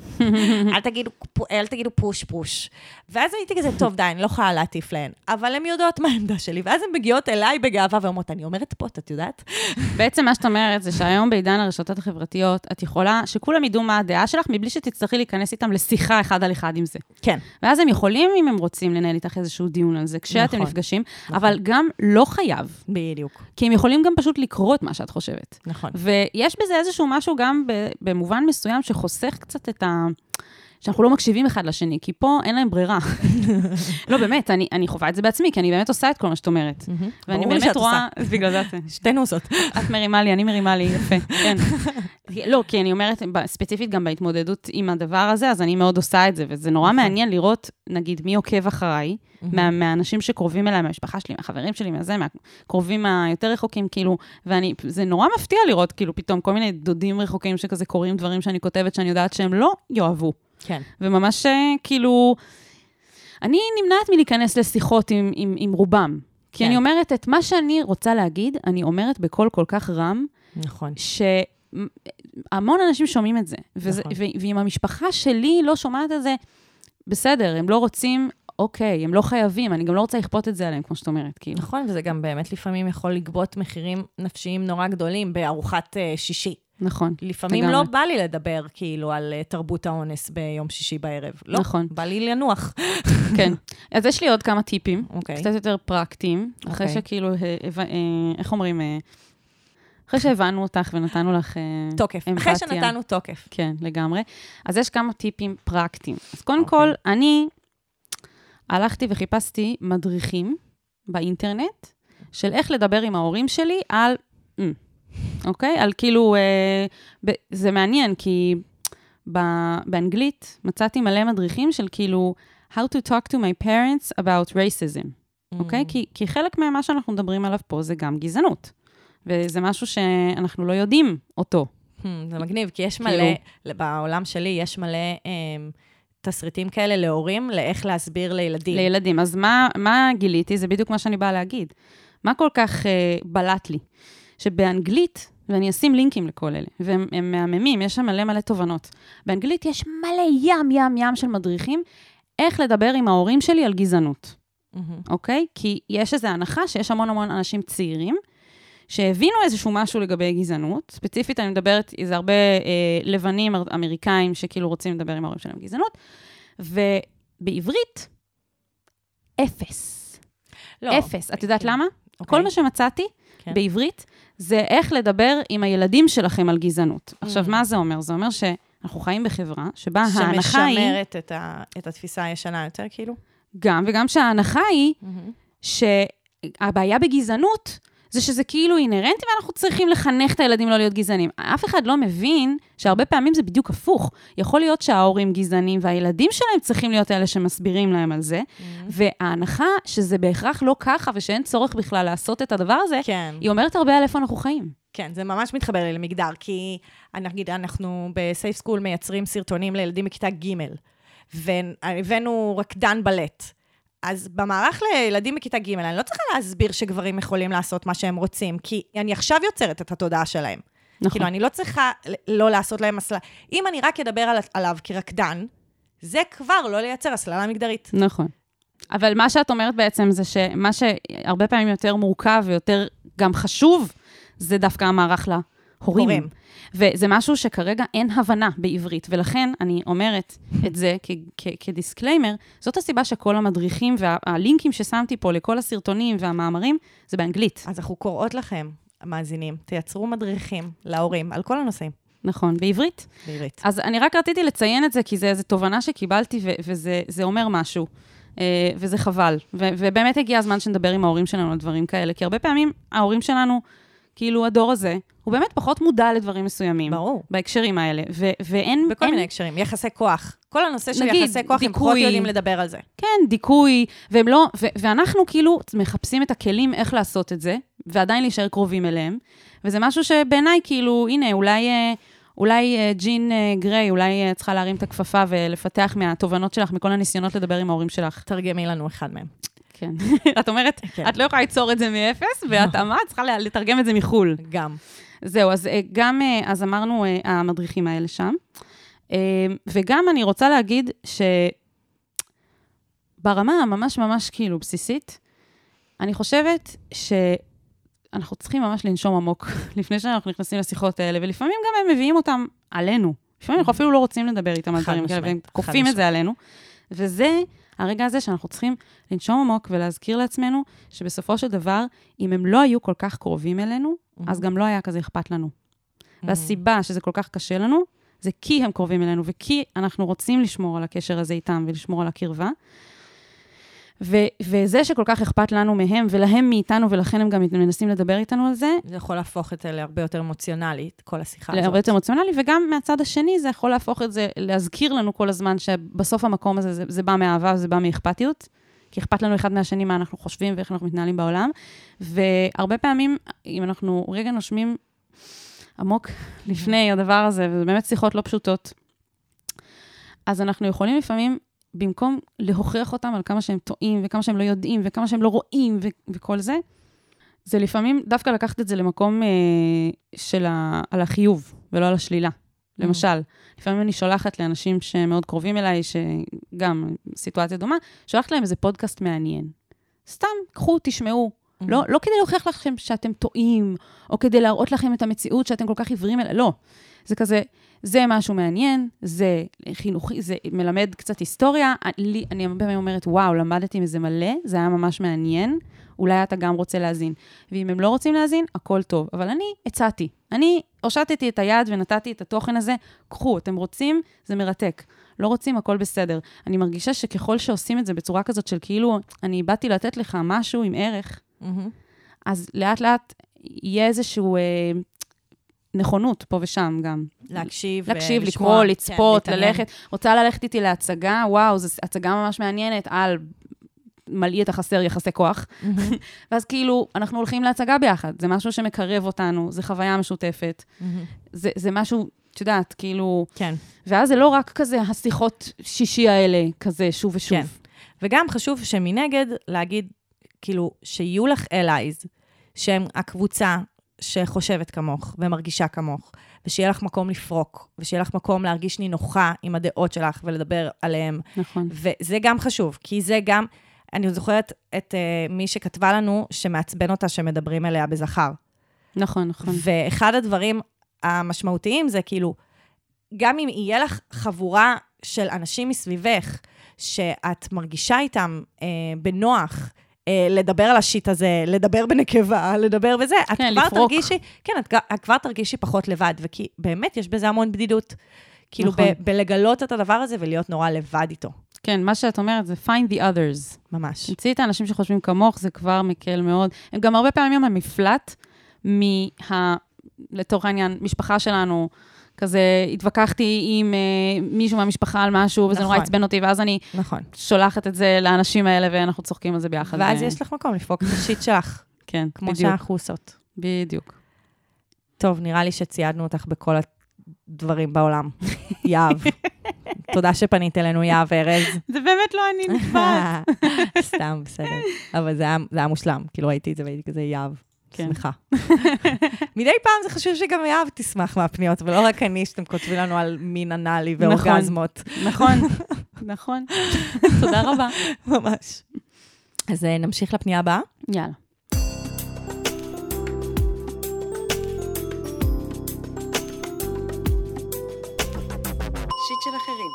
S1: אל תגידו פוש. ואז הייתי כזה, טוב, די, אני לא יכולה להטיף להן, אבל הן יודעות מה העמדה שלי, ואז הן מגיעות אליי בגאווה, ואומרות, אני אומרת פוט, את יודעת?
S2: בעצם מה שאת אומרת, זה שהיום בעידן הרשתות החברתיות, את יכולה שכולם ידעו מה הדעה שלך, מבלי שתצטרכי להיכנס איתם לשיחה אחד על אחד עם זה.
S1: כן.
S2: ואז הם יכולים, אם הם רוצים, לנהל איתך איזשהו דיון על זה, כשאתם נפגשים, אבל גם לא חייב.
S1: בדיוק.
S2: כי הם יכולים גם פשוט לקרוא את מה שאת חושבת.
S1: נכון.
S2: ויש בזה איזשהו משהו גם במובן מסוים שחוסך קצת את שאנחנו לא מקשיבים אחד לשני, כי פה אין להם ברירה. לא, באמת, אני חווה את זה בעצמי, כי אני באמת עושה את כל מה שאת אומרת. ואני באמת רואה, בגלל זה
S1: שתינו עושות.
S2: את מרימה לי, אני מרימה לי, יפה, כן. לא, כי אני אומרת, ספציפית גם בהתמודדות עם הדבר הזה, אז אני מאוד עושה את זה, וזה נורא מעניין לראות, נגיד, מי עוקב אחריי, מהאנשים שקרובים אליי, מהמשפחה שלי, מהחברים שלי, מהקרובים היותר רחוקים, כאילו, וזה נורא מפתיע לראות, כאילו, פתאום כל מיני דודים רחוקים שכזה קוראים דברים שאני כותבת, שאני יודעת שהם לא יאהבו.
S1: כן.
S2: וממש, כאילו, אני נמנעת מלהיכנס לשיחות עם רובם. כי אני אומרת, את מה שאני רוצה להגיד, אני אומרת בקול כל כך רם,
S1: נכון.
S2: שהמון אנשים שומעים את זה. ואם המשפחה שלי לא שומעת את זה, בסדר, הם לא רוצים, אוקיי, הם לא חייבים, אני גם לא רוצה לכפות את זה עליהם, כמו שאת אומרת. כאילו.
S1: נכון, וזה גם באמת לפעמים יכול לגבות מחירים נפשיים נורא גדולים בארוחת שישי.
S2: נכון.
S1: לפעמים לא בא לי לדבר כאילו על תרבות האונס ביום שישי בערב. לא,
S2: נכון.
S1: בא לי לנוח.
S2: כן. אז יש לי עוד כמה טיפים, קצת יותר פרקטיים, אחרי שכאילו, איך אומרים, אחרי שהבנו אותך ונתנו לך
S1: תוקף. אחרי שנתנו תוקף.
S2: כן, לגמרי. אז יש כמה טיפים פרקטיים. אז קודם כל, אני הלכתי וחיפשתי מדריכים באינטרנט, של איך לדבר עם ההורים שלי על אוקיי? על כאילו, זה מעניין, כי באנגלית מצאתי מלא מדריכים של כאילו, how to talk to my parents about racism, אוקיי? כי חלק ממה שאנחנו מדברים עליו פה זה גם גזענות, וזה משהו שאנחנו לא יודעים אותו.
S1: זה מגניב, כי יש מלא, בעולם שלי יש מלא תסריטים כאלה להורים, לאיך להסביר לילדים.
S2: לילדים, אז מה גיליתי? זה בדיוק מה שאני באה להגיד. מה כל כך בלט לי? שבאנגלית, ואני אשים לינקים לכל אלה, והם מהממים, יש שם מלא תובנות. באנגלית יש מלא ים של מדריכים, איך לדבר עם ההורים שלי על גזענות. אוקיי? כי יש איזו הנחה שיש המון אנשים צעירים, שהבינו איזשהו משהו לגבי גזענות, ספציפית אני מדברת, זה הרבה לבנים אמריקאים שכאילו רוצים לדבר עם ההורים שלהם על גזענות, ובעברית, אפס.
S1: לא.
S2: אפס. את יודעת למה? כל מה שמצאתי בעברית, זה איך לדבר עם הילדים שלכם על גזענות. עכשיו, מה זה אומר? זה אומר שאנחנו חיים בחברה שבה ההנחה היא...
S1: שמשמרת את התפיסה הישנה יותר, כאילו?
S2: גם, וגם שההנחה היא שהבעיה בגזענות זה שזה כאילו אינרנטי, ואנחנו צריכים לחנך את הילדים לא להיות גזענים. אף אחד לא מבין שהרבה פעמים זה בדיוק הפוך. יכול להיות שההורים גזענים, והילדים שלהם צריכים להיות אלה שמסבירים להם על זה, וההנחה שזה בהכרח לא ככה, ושאין צורך בכלל לעשות את הדבר הזה, היא אומרת הרבה על איפה אנחנו חיים.
S1: כן, זה ממש מתחבר לי למגדר, כי אנחנו בסייף סקול מייצרים סרטונים לילדים מכיתה ג' והבאנו רקדן בלט. אז במערך לילדים בכיתה ג' אני לא צריכה להסביר שגברים יכולים לעשות מה שהם רוצים, כי אני עכשיו יוצרת את התודעה שלהם. נכון. כאילו, אני לא צריכה לא לעשות להם הסללה. אם אני רק אדבר עליו כרקדן, זה כבר לא לייצר הסללה מגדרית.
S2: נכון. אבל מה שאת אומרת בעצם זה שמה שהרבה פעמים יותר מורכב ויותר גם חשוב, זה דווקא המערך הורים. וזה משהו שכרגע אין הבנה בעברית, ולכן אני אומרת את זה כדיסקליימר, זאת הסיבה שכל המדריכים והלינקים ששמתי פה לכל הסרטונים והמאמרים, זה באנגלית.
S1: אז אנחנו קוראות לכם, המאזינים, תייצרו מדריכים להורים על כל הנושאים.
S2: נכון, בעברית.
S1: בעברית.
S2: אז אני רק רציתי לציין את זה, כי זו תובנה שקיבלתי, וזה אומר משהו, וזה חבל. ובאמת הגיע הזמן שנדבר עם ההורים שלנו על דברים כאלה, כי הרבה פעמים ההורים שלנו, כאילו הדור הזה, הוא באמת פחות מודע לדברים מסוימים.
S1: ברור.
S2: בהקשרים האלה. ואין...
S1: בכל מיני הקשרים, יחסי כוח. כל הנושא של יחסי כוח, הם פחות יודעים לדבר על זה.
S2: כן, דיכוי, והם לא... ואנחנו כאילו מחפשים את הכלים איך לעשות את זה, ועדיין להישאר קרובים אליהם. וזה משהו שבעיניי, כאילו, הנה, אולי ג'ין גריי, אולי צריכה להרים את הכפפה ולפתח מהתובנות שלך, מכל הניסיונות לדבר עם ההורים שלך.
S1: תרגמי לנו אחד מהם.
S2: כן. את אומרת, את לא יכולה ליצור את זה מאפס, והתאמה צריכה לתרגם את זה מחול.
S1: גם.
S2: זהו, אז גם, אז אמרנו המדריכים האלה שם. וגם אני רוצה להגיד שברמה הממש ממש כאילו בסיסית, אני חושבת שאנחנו צריכים ממש לנשום עמוק לפני שאנחנו נכנסים לשיחות האלה, ולפעמים גם הם מביאים אותם עלינו. לפעמים אנחנו אפילו לא רוצים לדבר איתם על דברים כאלה, והם כופים את זה עלינו. וזה הרגע הזה שאנחנו צריכים לנשום עמוק ולהזכיר לעצמנו שבסופו של דבר, אם הם לא היו כל כך קרובים אלינו, אז גם לא היה כזה אכפת לנו. והסיבה שזה כל כך קשה לנו, זה כי הם קרובים אלינו, וכי אנחנו רוצים לשמור על הקשר הזה איתם ולשמור על הקרבה. וזה שכל כך אכפת לנו מהם ולהם מאיתנו, ולכן הם גם מנסים לדבר איתנו על זה.
S1: זה יכול להפוך את זה להרבה יותר אמוציונלית, כל השיחה הזאת.
S2: להרבה יותר אמוציונלי, וגם מהצד השני זה יכול להפוך את זה, להזכיר לנו כל הזמן שבסוף המקום הזה זה בא מאהבה, זה בא מאכפתיות, כי אכפת לנו אחד מהשני מה אנחנו חושבים ואיך אנחנו מתנהלים בעולם. והרבה פעמים, אם אנחנו רגע נושמים עמוק לפני הדבר הזה, וזה באמת שיחות לא פשוטות, אז אנחנו יכולים לפעמים במקום להוכיח אותם על כמה שהם טועים, וכמה שהם לא יודעים, וכמה שהם לא רואים, וכל זה, זה לפעמים דווקא לקחת את זה למקום על החיוב, ולא על השלילה. למשל, לפעמים אני שולחת לאנשים שמאוד קרובים אליי, שגם סיטואציה דומה, שולחת להם איזה פודקאסט מעניין. סתם, קחו, תשמעו. לא כדי להוכיח לכם שאתם טועים, או כדי להראות לכם את המציאות שאתם כל כך עיוורים אליה, לא. זה כזה, זה משהו מעניין, זה חינוכי, זה מלמד קצת היסטוריה. אני הרבה פעמים אומרת, וואו, למדתי מזה מלא, זה היה ממש מעניין, אולי אתה גם רוצה להזין. ואם הם לא רוצים להזין, הכל טוב. אבל אני הצעתי. אני הושטתי את היד ונתתי את התוכן הזה, קחו, אתם רוצים, זה מרתק. לא רוצים, הכל בסדר. אני מרגישה שככל שעושים את זה בצורה כזאת של כאילו, אני באתי לתת לך משהו עם ערך, אז לאט לאט יהיה איזשהו נכונות פה ושם גם.
S1: להקשיב,
S2: לקרוא, לצפות, ללכת. רוצה ללכת איתי להצגה, וואו, זו הצגה ממש מעניינת על מלאי את החסר יחסי כוח. ואז כאילו, אנחנו הולכים להצגה ביחד. זה משהו שמקרב אותנו, זה חוויה משותפת. זה משהו, את יודעת, כאילו...
S1: כן.
S2: ואז זה לא רק כזה השיחות שישי האלה, כזה שוב ושוב.
S1: כן. וגם חשוב שמנגד להגיד, כאילו, שיהיו לך אלייז, שהם הקבוצה שחושבת כמוך ומרגישה כמוך, ושיהיה לך מקום לפרוק, ושיהיה לך מקום להרגיש נינוחה עם הדעות שלך ולדבר עליהם.
S2: נכון.
S1: וזה גם חשוב, כי זה גם, אני זוכרת את מי שכתבה לנו שמעצבן אותה שמדברים אליה בזכר.
S2: נכון, נכון.
S1: ואחד הדברים המשמעותיים זה כאילו, גם אם יהיה לך חבורה של אנשים מסביבך, שאת מרגישה איתם בנוח, לדבר על השיט הזה, לדבר בנקבה, לדבר בזה, את כבר תרגישי, כן, את כבר תרגישי פחות לבד, וכי באמת יש בזה המון בדידות, כאילו בלגלות את הדבר הזה ולהיות נורא לבד איתו.
S2: כן, מה שאת אומרת זה find the others.
S1: ממש.
S2: תמצאי את האנשים שחושבים כמוך, זה כבר מקל מאוד. הם גם הרבה פעמים המפלט לתוך העניין, משפחה שלנו, כזה התווכחתי עם מישהו מהמשפחה על משהו, וזה נורא עצבן אותי, ואז אני שולחת את זה לאנשים האלה, ואנחנו צוחקים על זה ביחד.
S1: ואז יש לך מקום לפרוק את השיט שלך.
S2: כן,
S1: כמו שאנחנו עושות.
S2: בדיוק.
S1: טוב, נראה לי שציידנו אותך בכל הדברים בעולם. יאב. תודה שפנית אלינו, יאב ארז.
S2: זה באמת לא אני נפרד.
S1: סתם, בסדר. אבל זה היה מושלם. כאילו ראיתי את זה והייתי כזה יאב. שמחה. מדי פעם זה חשוב שגם יאב תשמח מהפניות, ולא רק אני שאתם כותבים לנו על מין אנלי ואורגזמות.
S2: נכון, נכון. תודה רבה.
S1: ממש. אז נמשיך לפנייה הבאה?
S2: יאללה.
S5: של אחרים.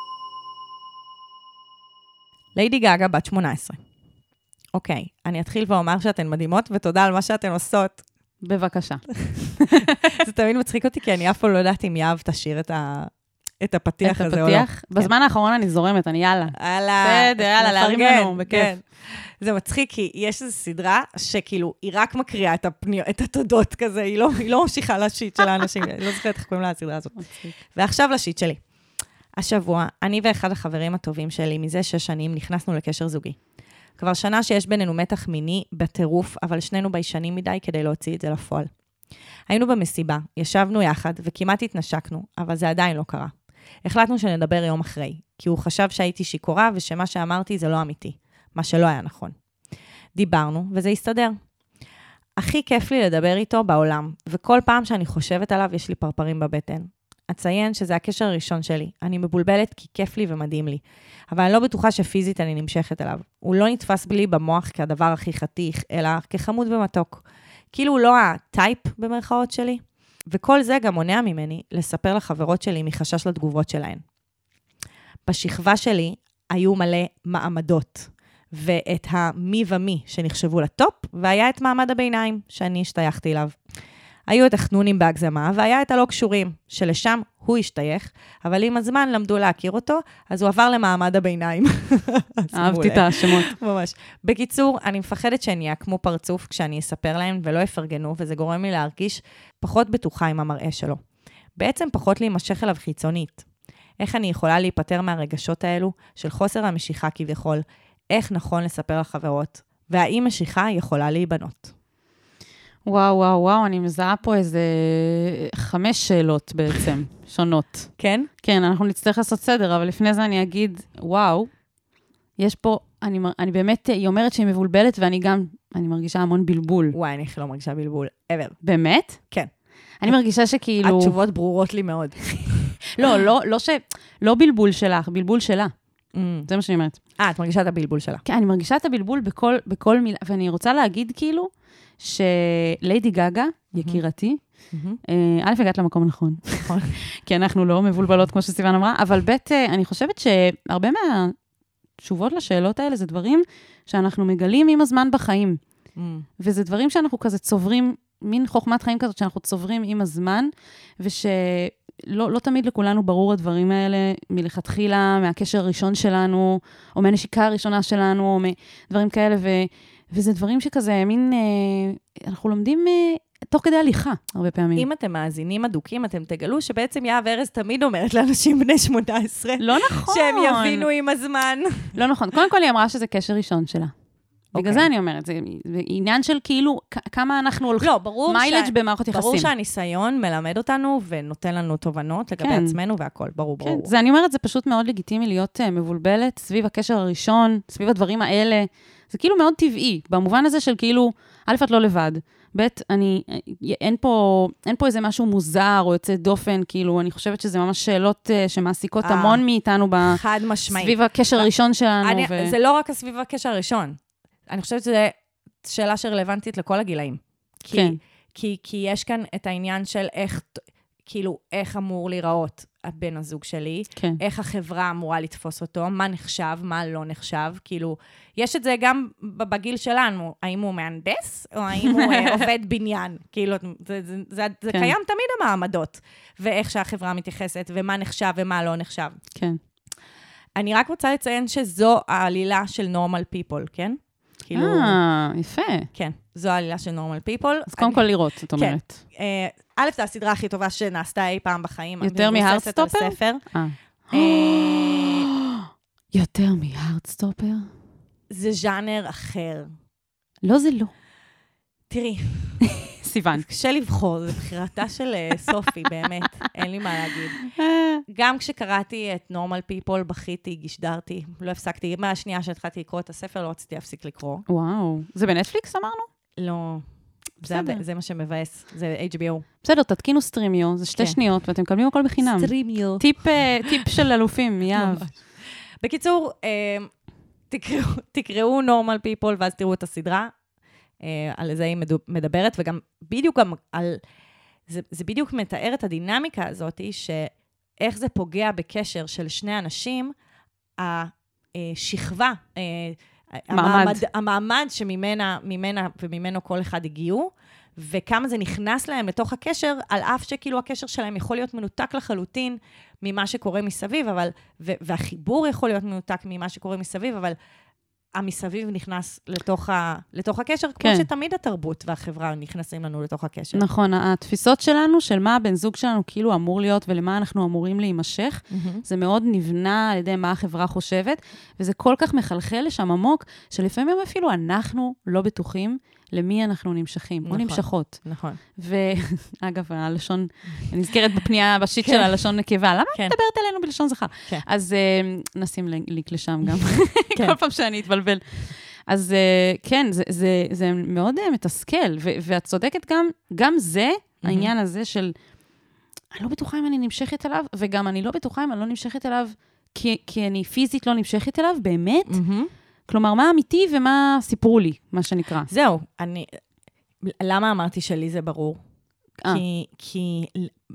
S1: ליידי גגה בת 18. אוקיי, אני אתחיל ואומר שאתן מדהימות, ותודה על מה שאתן עושות.
S2: בבקשה.
S1: זה תמיד מצחיק אותי, כי אני אף פעם לא יודעת אם יאהב תשאיר את הפתיח הזה או לא.
S2: בזמן האחרון אני זורמת, אני יאללה. בסדר, יאללה, להרים לנו, בכיף.
S1: זה מצחיק, כי יש איזו סדרה שכאילו, היא רק מקריאה את התודות כזה, היא לא ממשיכה לשיט של האנשים, אני לא זוכרת איך קוראים לה הסדרה הזאת. ועכשיו לשיט שלי. השבוע, אני ואחד החברים הטובים שלי, מזה 6 שנים, נכנסנו לקשר זוגי. כבר שנה שיש בינינו מתח מיני בטירוף, אבל שנינו ביישנים מדי כדי להוציא את זה לפועל. היינו במסיבה, ישבנו יחד וכמעט התנשקנו, אבל זה עדיין לא קרה. החלטנו שנדבר יום אחרי, כי הוא חשב שהייתי שיכורה ושמה שאמרתי זה לא אמיתי, מה שלא היה נכון. דיברנו וזה הסתדר. הכי כיף לי לדבר איתו בעולם, וכל פעם שאני חושבת עליו יש לי פרפרים בבטן. אציין שזה הקשר הראשון שלי. אני מבולבלת כי כיף לי ומדהים לי. אבל אני לא בטוחה שפיזית אני נמשכת אליו. הוא לא נתפס בלי במוח כדבר הכי חתיך, אלא כחמוד ומתוק. כאילו הוא לא הטייפ במרכאות שלי. וכל זה גם מונע ממני לספר לחברות שלי מחשש לתגובות שלהן. בשכבה שלי היו מלא מעמדות, ואת המי ומי שנחשבו לטופ, והיה את מעמד הביניים שאני השתייכתי אליו. היו את החנונים בהגזמה, והיה את הלא קשורים, שלשם הוא השתייך, אבל עם הזמן למדו להכיר אותו, אז הוא עבר למעמד הביניים.
S2: אהבתי את השמות.
S1: ממש. בקיצור, אני מפחדת שאני אהיה כמו פרצוף כשאני אספר להם ולא יפרגנו, וזה גורם לי להרגיש פחות בטוחה עם המראה שלו. בעצם פחות להימשך אליו חיצונית. איך אני יכולה להיפטר מהרגשות האלו של חוסר המשיכה כביכול, איך נכון לספר לחברות, והאם משיכה יכולה להיבנות.
S2: וואו, וואו, וואו, אני מזהה פה איזה 5 שאלות בעצם, שונות.
S1: כן?
S2: כן, אנחנו נצטרך לעשות סדר, אבל לפני זה אני אגיד, וואו, יש פה, אני באמת, היא אומרת שהיא מבולבלת, ואני גם, אני מרגישה המון בלבול.
S1: וואי, אני לא מרגישה בלבול, ever.
S2: באמת?
S1: כן.
S2: אני מרגישה שכאילו...
S1: התשובות ברורות לי מאוד.
S2: לא בלבול שלך, בלבול שלה. זה מה שאני אומרת.
S1: את מרגישה את הבלבול שלה.
S2: כן, אני מרגישה את הבלבול בכל מילה, ואני רוצה להגיד כאילו, שליידי גגה, יקירתי, א', הגעת למקום הנכון.
S1: נכון.
S2: כי אנחנו לא מבולבלות, כמו שסיוון אמרה, אבל ב', אני חושבת שהרבה מהתשובות לשאלות האלה, זה דברים שאנחנו מגלים עם הזמן בחיים. וזה דברים שאנחנו כזה צוברים, מין חוכמת חיים כזאת שאנחנו צוברים עם הזמן, ושלא תמיד לכולנו ברור הדברים האלה, מלכתחילה, מהקשר הראשון שלנו, או מהנשיקה הראשונה שלנו, או מדברים כאלה, וזה דברים שכזה, מין, אנחנו לומדים תוך כדי הליכה, הרבה פעמים.
S1: אם אתם מאזינים אדוקים, אתם תגלו שבעצם יהב ארז תמיד אומרת לאנשים בני 18,
S2: לא נכון.
S1: שהם יבינו עם הזמן.
S2: לא נכון. קודם כל היא אמרה שזה קשר ראשון שלה. בגלל זה אני אומרת, זה עניין של כאילו, כמה אנחנו הולכים,
S1: לא, ברור
S2: מיילג' במערכות יחסים.
S1: ברור שהניסיון מלמד אותנו ונותן לנו תובנות לגבי עצמנו והכל, ברור.
S2: זה, אני אומרת, זה פשוט מאוד לגיטימי להיות מבולבלת סביב הקשר הראשון, סביב הדברים האלה. זה כאילו מאוד טבעי, במובן הזה של כאילו, א', את לא לבד. ב', אין פה איזה משהו מוזר או יוצא דופן, כאילו, אני חושבת שזה ממש שאלות שמעסיקות המון מאיתנו
S1: חד משמעית.
S2: סביב הקשר הראשון שלנו.
S1: זה לא רק סביב הקשר הראשון. אני חושבת שזו שאלה שרלוונטית לכל הגילאים.
S2: כן.
S1: כי יש כאן את העניין של איך אמור להיראות הבן הזוג שלי,
S2: כן.
S1: איך החברה אמורה לתפוס אותו, מה נחשב, מה לא נחשב, כאילו, יש את זה גם בגיל שלנו, האם הוא מהנדס, או האם הוא עובד בניין, כאילו, זה קיים תמיד המעמדות, ואיך שהחברה מתייחסת, ומה נחשב ומה לא נחשב.
S2: כן.
S1: אני רק רוצה לציין שזו העלילה של normal people, כן?
S2: יפה.
S1: כן, זו העלילה של normal people.
S2: אז קודם כל לראות, זאת אומרת.
S1: כן. א', זו הסדרה הכי טובה שנעשתה אי פעם בחיים.
S2: יותר מהארדסטופר? יותר מהארדסטופר?
S1: זה ז'אנר אחר.
S2: לא, זה לא.
S1: תראי.
S2: סיוון.
S1: קשה לבחור, זו בחירתה של סופי, באמת. אין לי מה להגיד. גם כשקראתי את normal people, בכיתי, גשדרתי, לא הפסקתי. מהשנייה שהתחלתי לקרוא את הספר, לא רציתי להפסיק לקרוא.
S2: וואו. זה בנטפליקס אמרנו?
S1: לא. זה מה שמבאס, זה HBO.
S2: בסדר, תתקינו סטרימיו, זה 2 שניות, ואתם מקבלים הכל בחינם.
S1: סטרימיו.
S2: טיפ של אלופים, מיהב.
S1: בקיצור, תקראו normal people, ואז תראו את הסדרה. על זה היא מדברת, וגם בדיוק גם על... זה בדיוק מתאר את הדינמיקה הזאת, איך זה פוגע בקשר של שני אנשים, השכבה, המעמד שממנה וממנו כל אחד הגיעו, וכמה זה נכנס להם לתוך הקשר, על אף שכאילו הקשר שלהם יכול להיות מנותק לחלוטין ממה שקורה מסביב, והחיבור יכול להיות מנותק ממה שקורה מסביב, אבל המסביב נכנס לתוך הקשר, כמו שתמיד התרבות והחברה נכנסים לנו לתוך הקשר.
S2: נכון, התפיסות שלנו, של מה הבן זוג שלנו כאילו אמור להיות, ולמה אנחנו אמורים להימשך, זה מאוד נבנה על ידי מה החברה חושבת, וזה כל כך מחלחל לשם עמוק, שלפעמים אפילו אנחנו לא בטוחים למי אנחנו נמשכים, או נמשכות.
S1: נכון.
S2: ואגב, הלשון, אני נזכרת בפנייה בשיט של הלשון נקבה, למה את מדברת עלינו בלשון זכר? אז נשים לינק לשם גם, כל פעם שאני אתבלבל. אז כן, זה מאוד מתסכל, ואת צודקת גם זה, העניין הזה של, אני לא בטוחה אם אני נמשכת אליו, וגם אני לא בטוחה אם אני לא נמשכת אליו, כי אני פיזית לא נמשכת אליו, באמת? כלומר, מה אמיתי ומה סיפרו לי, מה שנקרא.
S1: זהו, למה אמרתי שלי זה ברור? כי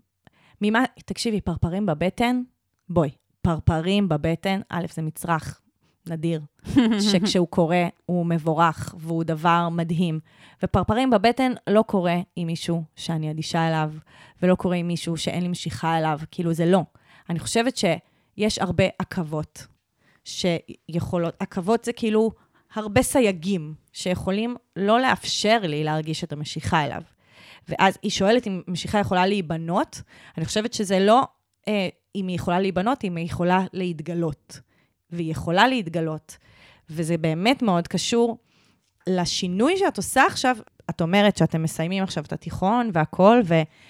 S1: תקשיבי, פרפרים בבטן, בואי, פרפרים בבטן, א', זה מצרך נדיר, שכשהוא קורה, הוא מבורך, והוא דבר מדהים. ופרפרים בבטן לא קורה עם מישהו שאני אדישה אליו, ולא קורה עם מישהו שאין לי משיכה אליו, כאילו זה לא. אני חושבת שיש הרבה עקבות, שיכולות, עקבות זה כאילו הרבה סייגים, שיכולים לא לאפשר לי להרגיש את המשיכה אליו. ואז היא שואלת אם משיכה יכולה להיבנות, אני חושבת שזה לא אם היא יכולה להיבנות, אם היא יכולה להתגלות. והיא יכולה להתגלות. וזה באמת מאוד קשור לשינוי שאת עושה עכשיו, את אומרת שאתם מסיימים עכשיו את התיכון והכל,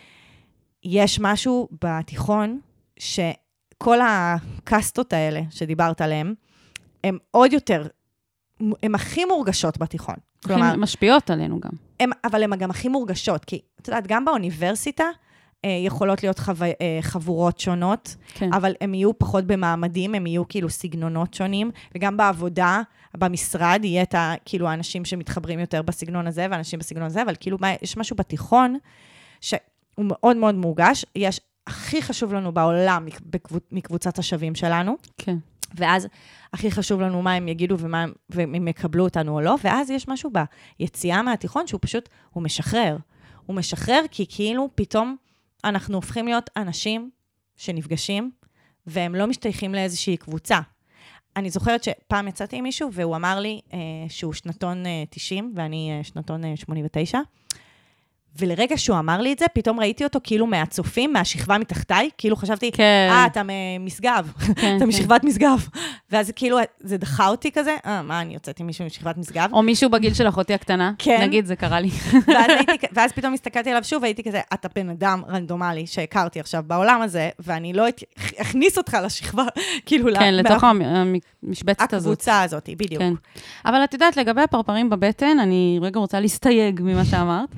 S1: ויש משהו בתיכון שכל הקסטות האלה שדיברת עליהן, הן עוד יותר, הן הכי מורגשות בתיכון.
S2: כלומר, משפיעות עלינו גם.
S1: אבל הן גם הכי מורגשות, כי את יודעת, גם באוניברסיטה, יכולות להיות חבורות שונות, כן. אבל הם יהיו פחות במעמדים, הם יהיו כאילו סגנונות שונים, וגם בעבודה, במשרד, יהיה את כאילו האנשים שמתחברים יותר בסגנון הזה, ואנשים בסגנון הזה, אבל כאילו יש משהו בתיכון, שהוא מאוד מאוד מורגש, יש הכי חשוב לנו בעולם, מקבוצת השווים שלנו,
S2: כן.
S1: ואז הכי חשוב לנו מה הם יגידו, והם יקבלו אותנו או לא, ואז יש משהו ביציאה מהתיכון, שהוא פשוט, הוא משחרר. הוא משחרר כי כאילו פתאום אנחנו הופכים להיות אנשים שנפגשים, והם לא משתייכים לאיזושהי קבוצה. אני זוכרת שפעם יצאתי עם מישהו, והוא אמר לי שהוא שנתון 90, ואני שנתון 89, ולרגע שהוא אמר לי את זה, פתאום ראיתי אותו כאילו מהצופים, מהשכבה מתחתיי, כאילו חשבתי, אתה משגב, אתה משכבת משגב. ואז כאילו זה דחה אותי כזה, מה, אני יוצאת עם מישהו משכבת משגב?
S2: או מישהו בגיל של אחותי הקטנה, נגיד, זה קרה לי.
S1: ואז פתאום הסתכלתי עליו שוב, והייתי כזה, אתה בן אדם רנדומלי שהכרתי עכשיו בעולם הזה, ואני לא אכניס אותך לשכבה, כאילו,
S2: כן, לתוך המשבצת הזאת.
S1: הקבוצה הזאת, בדיוק.
S2: אבל את יודעת, לגבי הפרפרים בבטן, אני רגע רוצה להסתייג ממה שאמרת,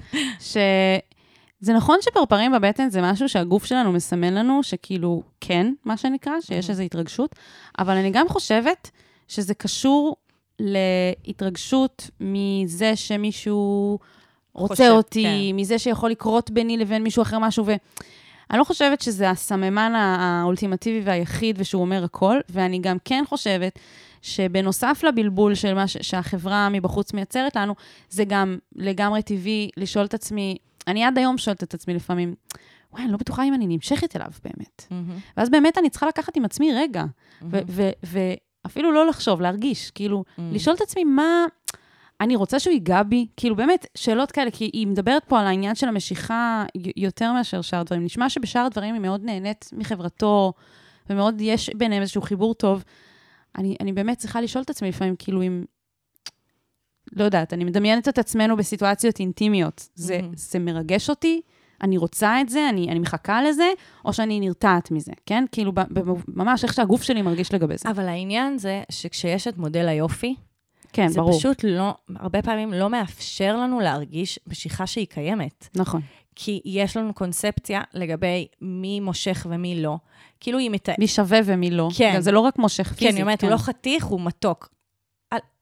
S2: זה נכון שפרפרים בבטן זה משהו שהגוף שלנו מסמן לנו, שכאילו כן, מה שנקרא, שיש איזו התרגשות, אבל אני גם חושבת שזה קשור להתרגשות מזה שמישהו רוצה אותי, מזה שיכול לקרות ביני לבין מישהו אחר משהו, ואני לא חושבת שזה הסממן האולטימטיבי והיחיד, ושהוא אומר הכל, ואני גם כן חושבת שבנוסף לבלבול של מה שהחברה מבחוץ מייצרת לנו, זה גם לגמרי טבעי לשאול את עצמי, אני עד היום שואלת את עצמי לפעמים, וואי, אני לא בטוחה אם אני נמשכת אליו באמת. ואז באמת אני צריכה לקחת עם עצמי רגע, ואפילו לא לחשוב, להרגיש, כאילו, לשאול את עצמי מה, אני רוצה שהוא ייגע בי, כאילו באמת, שאלות כאלה, כי היא מדברת פה על העניין של המשיכה יותר מאשר שאר דברים. נשמע שבשאר הדברים היא מאוד נהנית מחברתו, ומאוד יש ביניהם איזשהו חיבור טוב. אני באמת צריכה לשאול את עצמי לפעמים, כאילו אם, לא יודעת, אני מדמיינת את עצמנו בסיטואציות אינטימיות. זה מרגש אותי, אני רוצה את זה, אני מחכה לזה, או שאני נרתעת מזה, כן? כאילו, ממש איך שהגוף שלי מרגיש לגבי זה.
S1: אבל העניין זה שכשיש את מודל היופי,
S2: כן,
S1: זה
S2: ברור.
S1: פשוט לא, הרבה פעמים לא מאפשר לנו להרגיש משיכה שהיא קיימת.
S2: נכון.
S1: כי יש לנו קונספציה לגבי מי מושך ומי לא. כאילו היא
S2: מי שווה ומי לא.
S1: כן.
S2: זה לא רק מושך פיזית.
S1: כן, אני אומרת, הוא לא חתיך, הוא מתוק.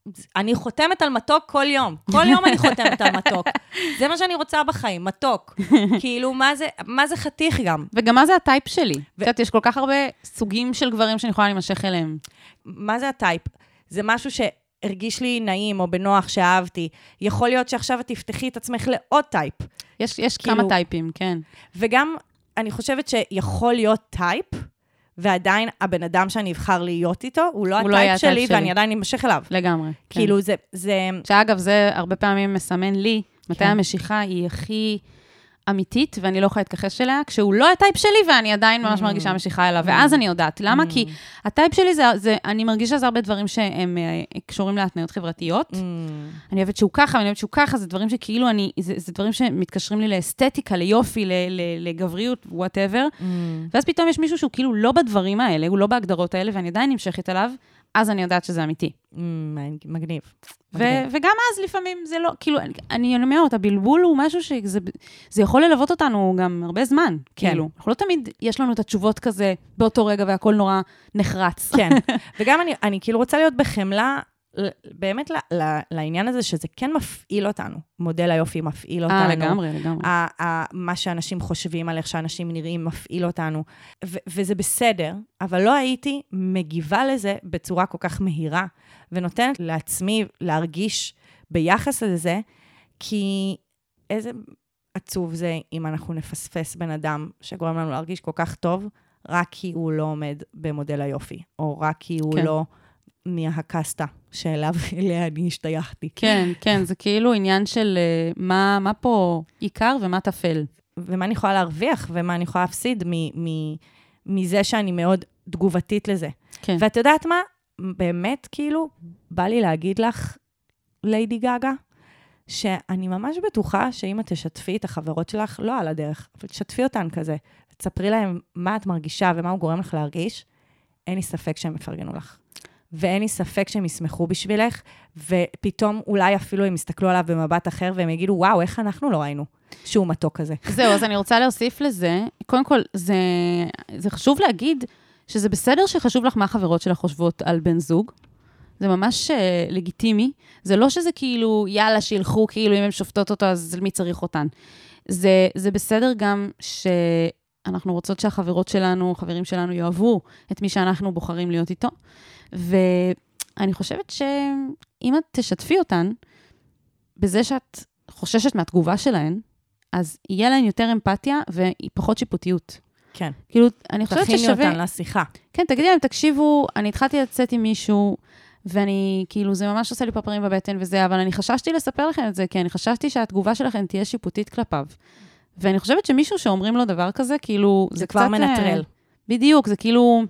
S1: אני חותמת על מתוק כל יום. כל יום אני חותמת על מתוק. זה מה שאני רוצה בחיים, מתוק. כאילו, מה זה חתיך גם?
S2: וגם מה זה הטייפ שלי? את יודעת, יש כל כך הרבה סוגים של גברים שאני יכולה להימשך אליהם.
S1: מה זה הטייפ? זה משהו שהרגיש לי נעים או בנוח שאהבתי. יכול להיות שעכשיו את תפתחי את עצמך לעוד טייפ.
S2: יש כמה טייפים, כן.
S1: וגם אני חושבת שיכול להיות טייפ, ועדיין הבן אדם שאני אבחר להיות איתו, הוא לא הטייפ שלי, ואני עדיין נמשך אליו.
S2: לגמרי.
S1: כאילו זה...
S2: שאגב, זה הרבה פעמים מסמן לי, מתי המשיכה היא הכי אמיתית, ואני לא יכולה להתכחש אליה, כשהוא לא הטייפ שלי, ואני עדיין ממש מרגישה משיכה אליו. ואז אני יודעת. למה? כי הטייפ שלי אני מרגישה שזה הרבה דברים שהם קשורים להתניות חברתיות. אני אוהבת שהוא ככה, ואני אוהבת שהוא ככה, זה דברים שכאילו זה דברים שמתקשרים לי לאסתטיקה, ליופי, לגבריות, whatever. ואז פתאום יש מישהו שהוא כאילו לא בדברים האלה, הוא לא בהגדרות האלה, ואני עדיין נמשכת אליו, אז אני יודעת שזה אמיתי.
S1: מגניב.
S2: וגם אז לפעמים זה לא, כאילו, אני אומרת, הבלבול הוא משהו שזה יכול ללוות אותנו גם הרבה זמן, כאילו. אנחנו לא תמיד, יש לנו את התשובות כזה באותו רגע, והכל נורא נחרץ.
S1: כן, וגם אני כאילו רוצה להיות בחמלה, באמת לעניין הזה, שזה כן מפעיל אותנו. מודל היופי מפעיל אותנו.
S2: לגמרי.
S1: מה שאנשים חושבים על איך שאנשים נראים מפעיל אותנו. וזה בסדר, אבל לא הייתי מגיבה לזה בצורה כל כך מהירה, ונותנת לעצמי להרגיש ביחס לזה, כי איזה עצוב זה אם אנחנו נפספס בן אדם שגורם לנו להרגיש כל כך טוב, רק כי הוא לא עומד במודל היופי, או רק כי הוא לא... מהקסטה שאליה אני השתייכתי.
S2: כן, זה כאילו עניין של מה פה עיקר ומה תפל.
S1: ומה אני יכולה להרוויח, ומה אני יכולה להפסיד מזה שאני מאוד תגובתית לזה.
S2: כן.
S1: ואת יודעת מה? באמת, כאילו, בא לי להגיד לך, ליידי גגה, שאני ממש בטוחה שאם את תשתפי את החברות שלך, לא על הדרך, אבל תשתפי אותן כזה, תספרי להם מה את מרגישה ומה הוא גורם לך להרגיש, אין לי ספק שהם יפרגנו לך. ואין לי ספק שהם ישמחו בשבילך, ופתאום אולי אפילו הם יסתכלו עליו במבט אחר, והם יגידו, וואו, איך אנחנו לא ראינו שהוא מתוק כזה.
S2: זהו, אז אני רוצה להוסיף לזה, קודם כל, זה חשוב להגיד, שזה בסדר שחשוב לך מה החברות שלך חושבות על בן זוג, זה ממש לגיטימי, זה לא שזה כאילו, יאללה, שילכו, כאילו אם הם שופטות אותו, אז מי צריך אותן. זה בסדר גם שאנחנו רוצות שהחברות שלנו, חברים שלנו יאהבו את מי שאנחנו בוחרים להיות איתו, ואני חושבת שאם את תשתפי אותן, בזה שאת חוששת מהתגובה שלהן, אז יהיה להן יותר אמפתיה ופחות שיפוטיות.
S1: כן.
S2: כאילו, אני חושבת ששווה...
S1: תכיני אותן לשיחה.
S2: כן, תגידי להם, תקשיבו, אני התחלתי לצאת עם מישהו, ואני, כאילו, זה ממש עושה לי פרפרים בבטן וזה, אבל אני חששתי לספר לכם את זה, כי אני חששתי שהתגובה שלכם תהיה שיפוטית כלפיו. ואני חושבת שמישהו שאומרים לו דבר כזה, כאילו, זה
S1: כבר
S2: קצת...
S1: מנטרל.
S2: בדיוק, זה כאילו...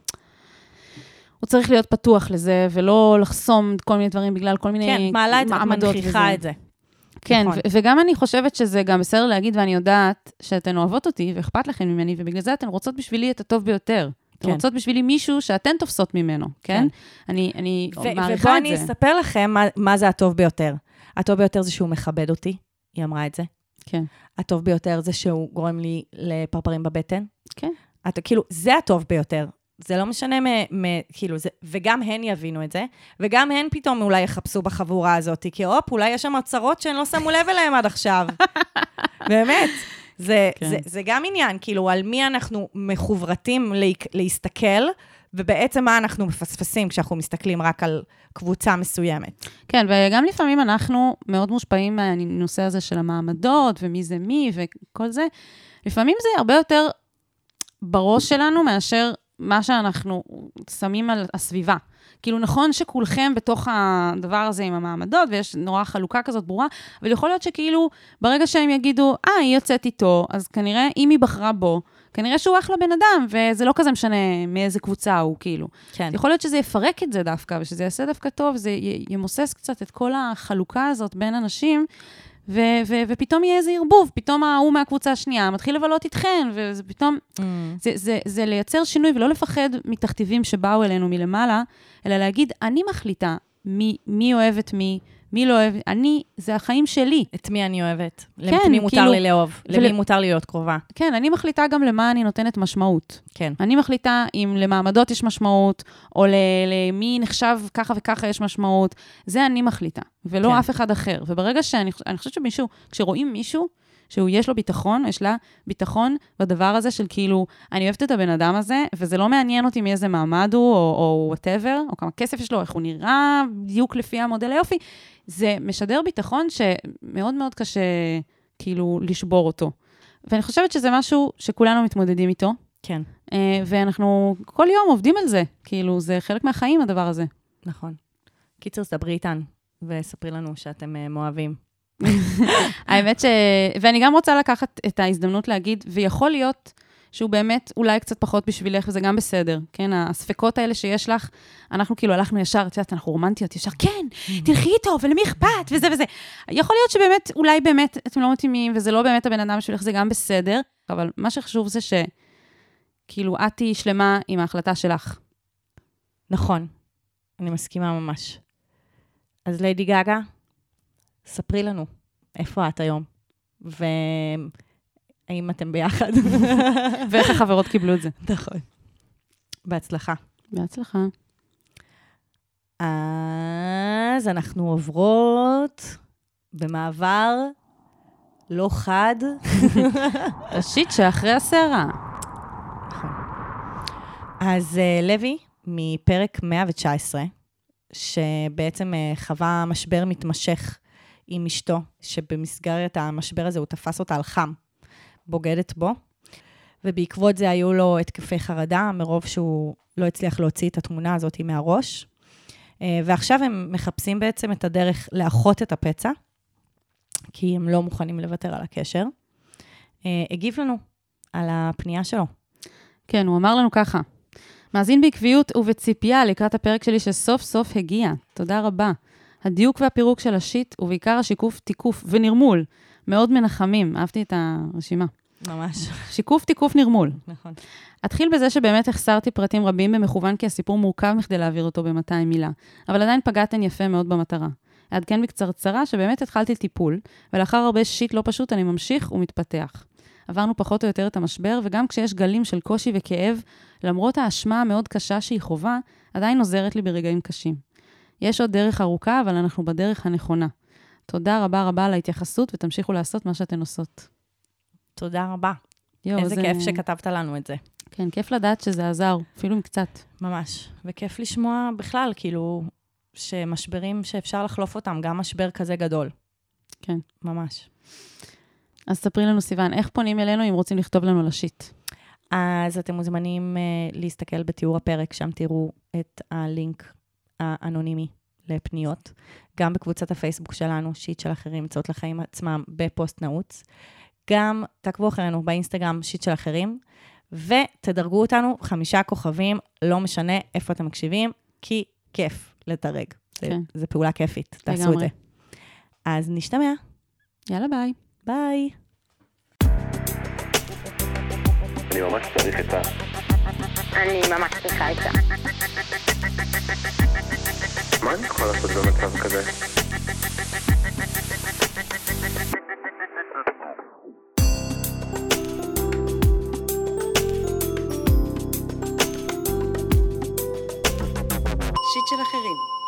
S2: הוא צריך להיות פתוח לזה, ולא לחסום כל מיני דברים בגלל כל מיני
S1: כן, מעלה את זה, את מנכיחה את זה.
S2: כן, וגם אני חושבת שזה גם בסדר להגיד, ואני יודעת שאתן אוהבות אותי, ואכפת לכם ממני, ובגלל זה אתן רוצות בשבילי את הטוב ביותר. אתן רוצות בשבילי מישהו שאתן תופסות ממנו, כן? אני מעריכה את זה.
S1: ובוא אני אספר לכם מה זה הטוב ביותר. הטוב ביותר זה שהוא מכבד אותי, היא אמרה את זה.
S2: כן.
S1: הטוב ביותר זה שהוא גורם לי לפרפרים בבטן.
S2: כן.
S1: כאילו, זה הטוב ביותר. זה לא משנה כאילו, וגם הן יבינו את זה, וגם הן פתאום אולי יחפשו בחבורה הזאת, כי אולי יש שם הצרות שהן לא שמו לב אליהן עד עכשיו. באמת. זה גם עניין, כאילו, על מי אנחנו מחוברתים להסתכל, ובעצם מה אנחנו מפספסים כשאנחנו מסתכלים רק על קבוצה מסוימת.
S2: כן, וגם לפעמים אנחנו מאוד מושפעים מהנושא הזה של המעמדות, ומי זה מי, וכל זה. לפעמים זה הרבה יותר בראש שלנו מאשר מה שאנחנו שמים על הסביבה. כאילו נכון שכולכם בתוך הדבר הזה עם המעמדות, ויש נורא חלוקה כזאת ברורה, אבל יכול להיות שכאילו ברגע שהם יגידו, היא יוצאת איתו, אז כנראה אם היא בחרה בו, כנראה שהוא אחלה בן אדם, וזה לא כזה משנה מאיזה קבוצה הוא, כאילו. כן. יכול להיות שזה יפרק את זה דווקא, ושזה יעשה דווקא טוב, זה ימוסס קצת את כל החלוקה הזאת בין אנשים, ופתאום יהיה איזה ערבוב, פתאום הוא מהקבוצה השנייה, מתחיל לבלות איתכן, וזה פתאום, זה לייצר שינוי, ולא לפחד מתכתיבים שבאו אלינו מלמעלה, אלא להגיד, אני מחליטה מי אוהב את מי, מי לא אוהב, זה החיים שלי.
S1: את מי אני אוהבת?
S2: כן,
S1: למי מותר
S2: כאילו-
S1: לי לאהוב? למי מותר לי להיות קרובה?
S2: כן, אני מחליטה גם למה אני נותנת משמעות.
S1: כן.
S2: אני מחליטה אם למעמדות יש משמעות, או למי נחשב ככה וככה יש משמעות. זה אני מחליטה, ולא
S1: כן.
S2: אף אחד אחר. וברגע אני חושבת שמישהו, כשרואים מישהו, יש לו ביטחון, יש לה ביטחון בדבר הזה של כאילו, אני אוהבת את הבן אדם הזה, וזה לא מעניין אותי מאיזה מעמד הוא, או whatever, או כמה כסף יש לו, איך הוא נראה, בדיוק לפי המודל היופי. זה משדר ביטחון שמאוד מאוד קשה כאילו לשבור אותו. ואני חושבת שזה משהו שכולנו מתמודדים איתו.
S1: כן.
S2: ואנחנו כל יום עובדים על זה. כאילו, זה חלק מהחיים, הדבר הזה.
S1: נכון. קיצור, סדברי איתן, וספרי לנו שאתם מאוהבים.
S2: האמת ואני גם רוצה לקחת את ההזדמנות להגיד, ויכול להיות שהוא באמת אולי קצת פחות בשבילך, וזה גם בסדר, כן? הספקות האלה שיש לך, אנחנו כאילו הלכנו ישר, את יודעת, אנחנו רומנטיות ישר, כן, תלכי איתו, ולמי אכפת, וזה וזה. יכול להיות שבאמת, אולי באמת אתם לא מתאימים, וזה לא באמת הבן אדם בשבילך, זה גם בסדר, אבל מה שחשוב זה שכאילו את תהיי שלמה עם ההחלטה שלך.
S1: נכון. אני מסכימה ממש. אז ליידי גגה, ספרי לנו איפה את היום, והאם אתם ביחד.
S2: ואיך החברות קיבלו את זה.
S1: נכון. בהצלחה.
S2: בהצלחה.
S1: אז אנחנו עוברות במעבר לא חד.
S2: השיט שאחרי הסערה.
S1: נכון. אז לוי, מפרק 119, שבעצם חווה משבר מתמשך עם אשתו, שבמסגרת המשבר הזה הוא תפס אותה על חם, בוגדת בו, ובעקבות זה היו לו התקפי חרדה, מרוב שהוא לא הצליח להוציא את התמונה הזאת מהראש, ועכשיו הם מחפשים בעצם את הדרך לאחות את הפצע, כי הם לא מוכנים לוותר על הקשר. הגיב לנו על הפנייה שלו.
S2: כן, הוא אמר לנו ככה, מאזין בעקביות ובציפייה לקראת הפרק שלי שסוף סוף הגיע. תודה רבה. הדיוק והפירוק של השיט, ובעיקר השיקוף, תיקוף ונרמול. מאוד מנחמים. אהבתי את הרשימה.
S1: ממש.
S2: שיקוף, תיקוף, נרמול.
S1: נכון.
S2: אתחיל בזה שבאמת החסרתי פרטים רבים במכוון, כי הסיפור מורכב מכדי להעביר אותו ב-200 מילה. אבל עדיין פגעתן יפה מאוד במטרה. אעדכן בקצרצרה שבאמת התחלתי טיפול, ולאחר הרבה שיט לא פשוט אני ממשיך ומתפתח. עברנו פחות או יותר את המשבר, וגם כשיש גלים של קושי וכאב, למרות האשמה המאוד קשה שהיא חובה, עדיין עוזרת לי ברגעים קשים. יש עוד דרך ארוכה, אבל אנחנו בדרך הנכונה. תודה רבה רבה על ההתייחסות, ותמשיכו לעשות מה שאתן עושות.
S1: תודה רבה.
S2: יו,
S1: איזה כיף שכתבת לנו את זה.
S2: כן, כיף לדעת שזה עזר, אפילו עם קצת.
S1: ממש. וכיף לשמוע בכלל, כאילו, שמשברים שאפשר לחלוף אותם, גם משבר כזה גדול.
S2: כן.
S1: ממש.
S2: אז ספרי לנו, סיוון, איך פונים אלינו אם רוצים לכתוב לנו לשיט?
S1: אז אתם מוזמנים להסתכל בתיאור הפרק, שם תראו את הלינק האנונימי לפניות, גם בקבוצת הפייסבוק שלנו, שיט של אחרים, מצאות לחיים עצמם בפוסט נעוץ. גם תעקבו אחרינו באינסטגרם, שיט של אחרים, ותדרגו אותנו 5 כוכבים, לא משנה איפה אתם מקשיבים, כי כיף לתרג.
S2: כן.
S1: זה פעולה כיפית, תעשו את זה. אז נשתמע.
S2: יאללה, ביי.
S1: ביי.
S3: אני ממש צריך עצה.
S4: אני ממש צריכה עצה.
S3: מה אני יכול לעשות במצב כזה?
S5: שיט של אחרים.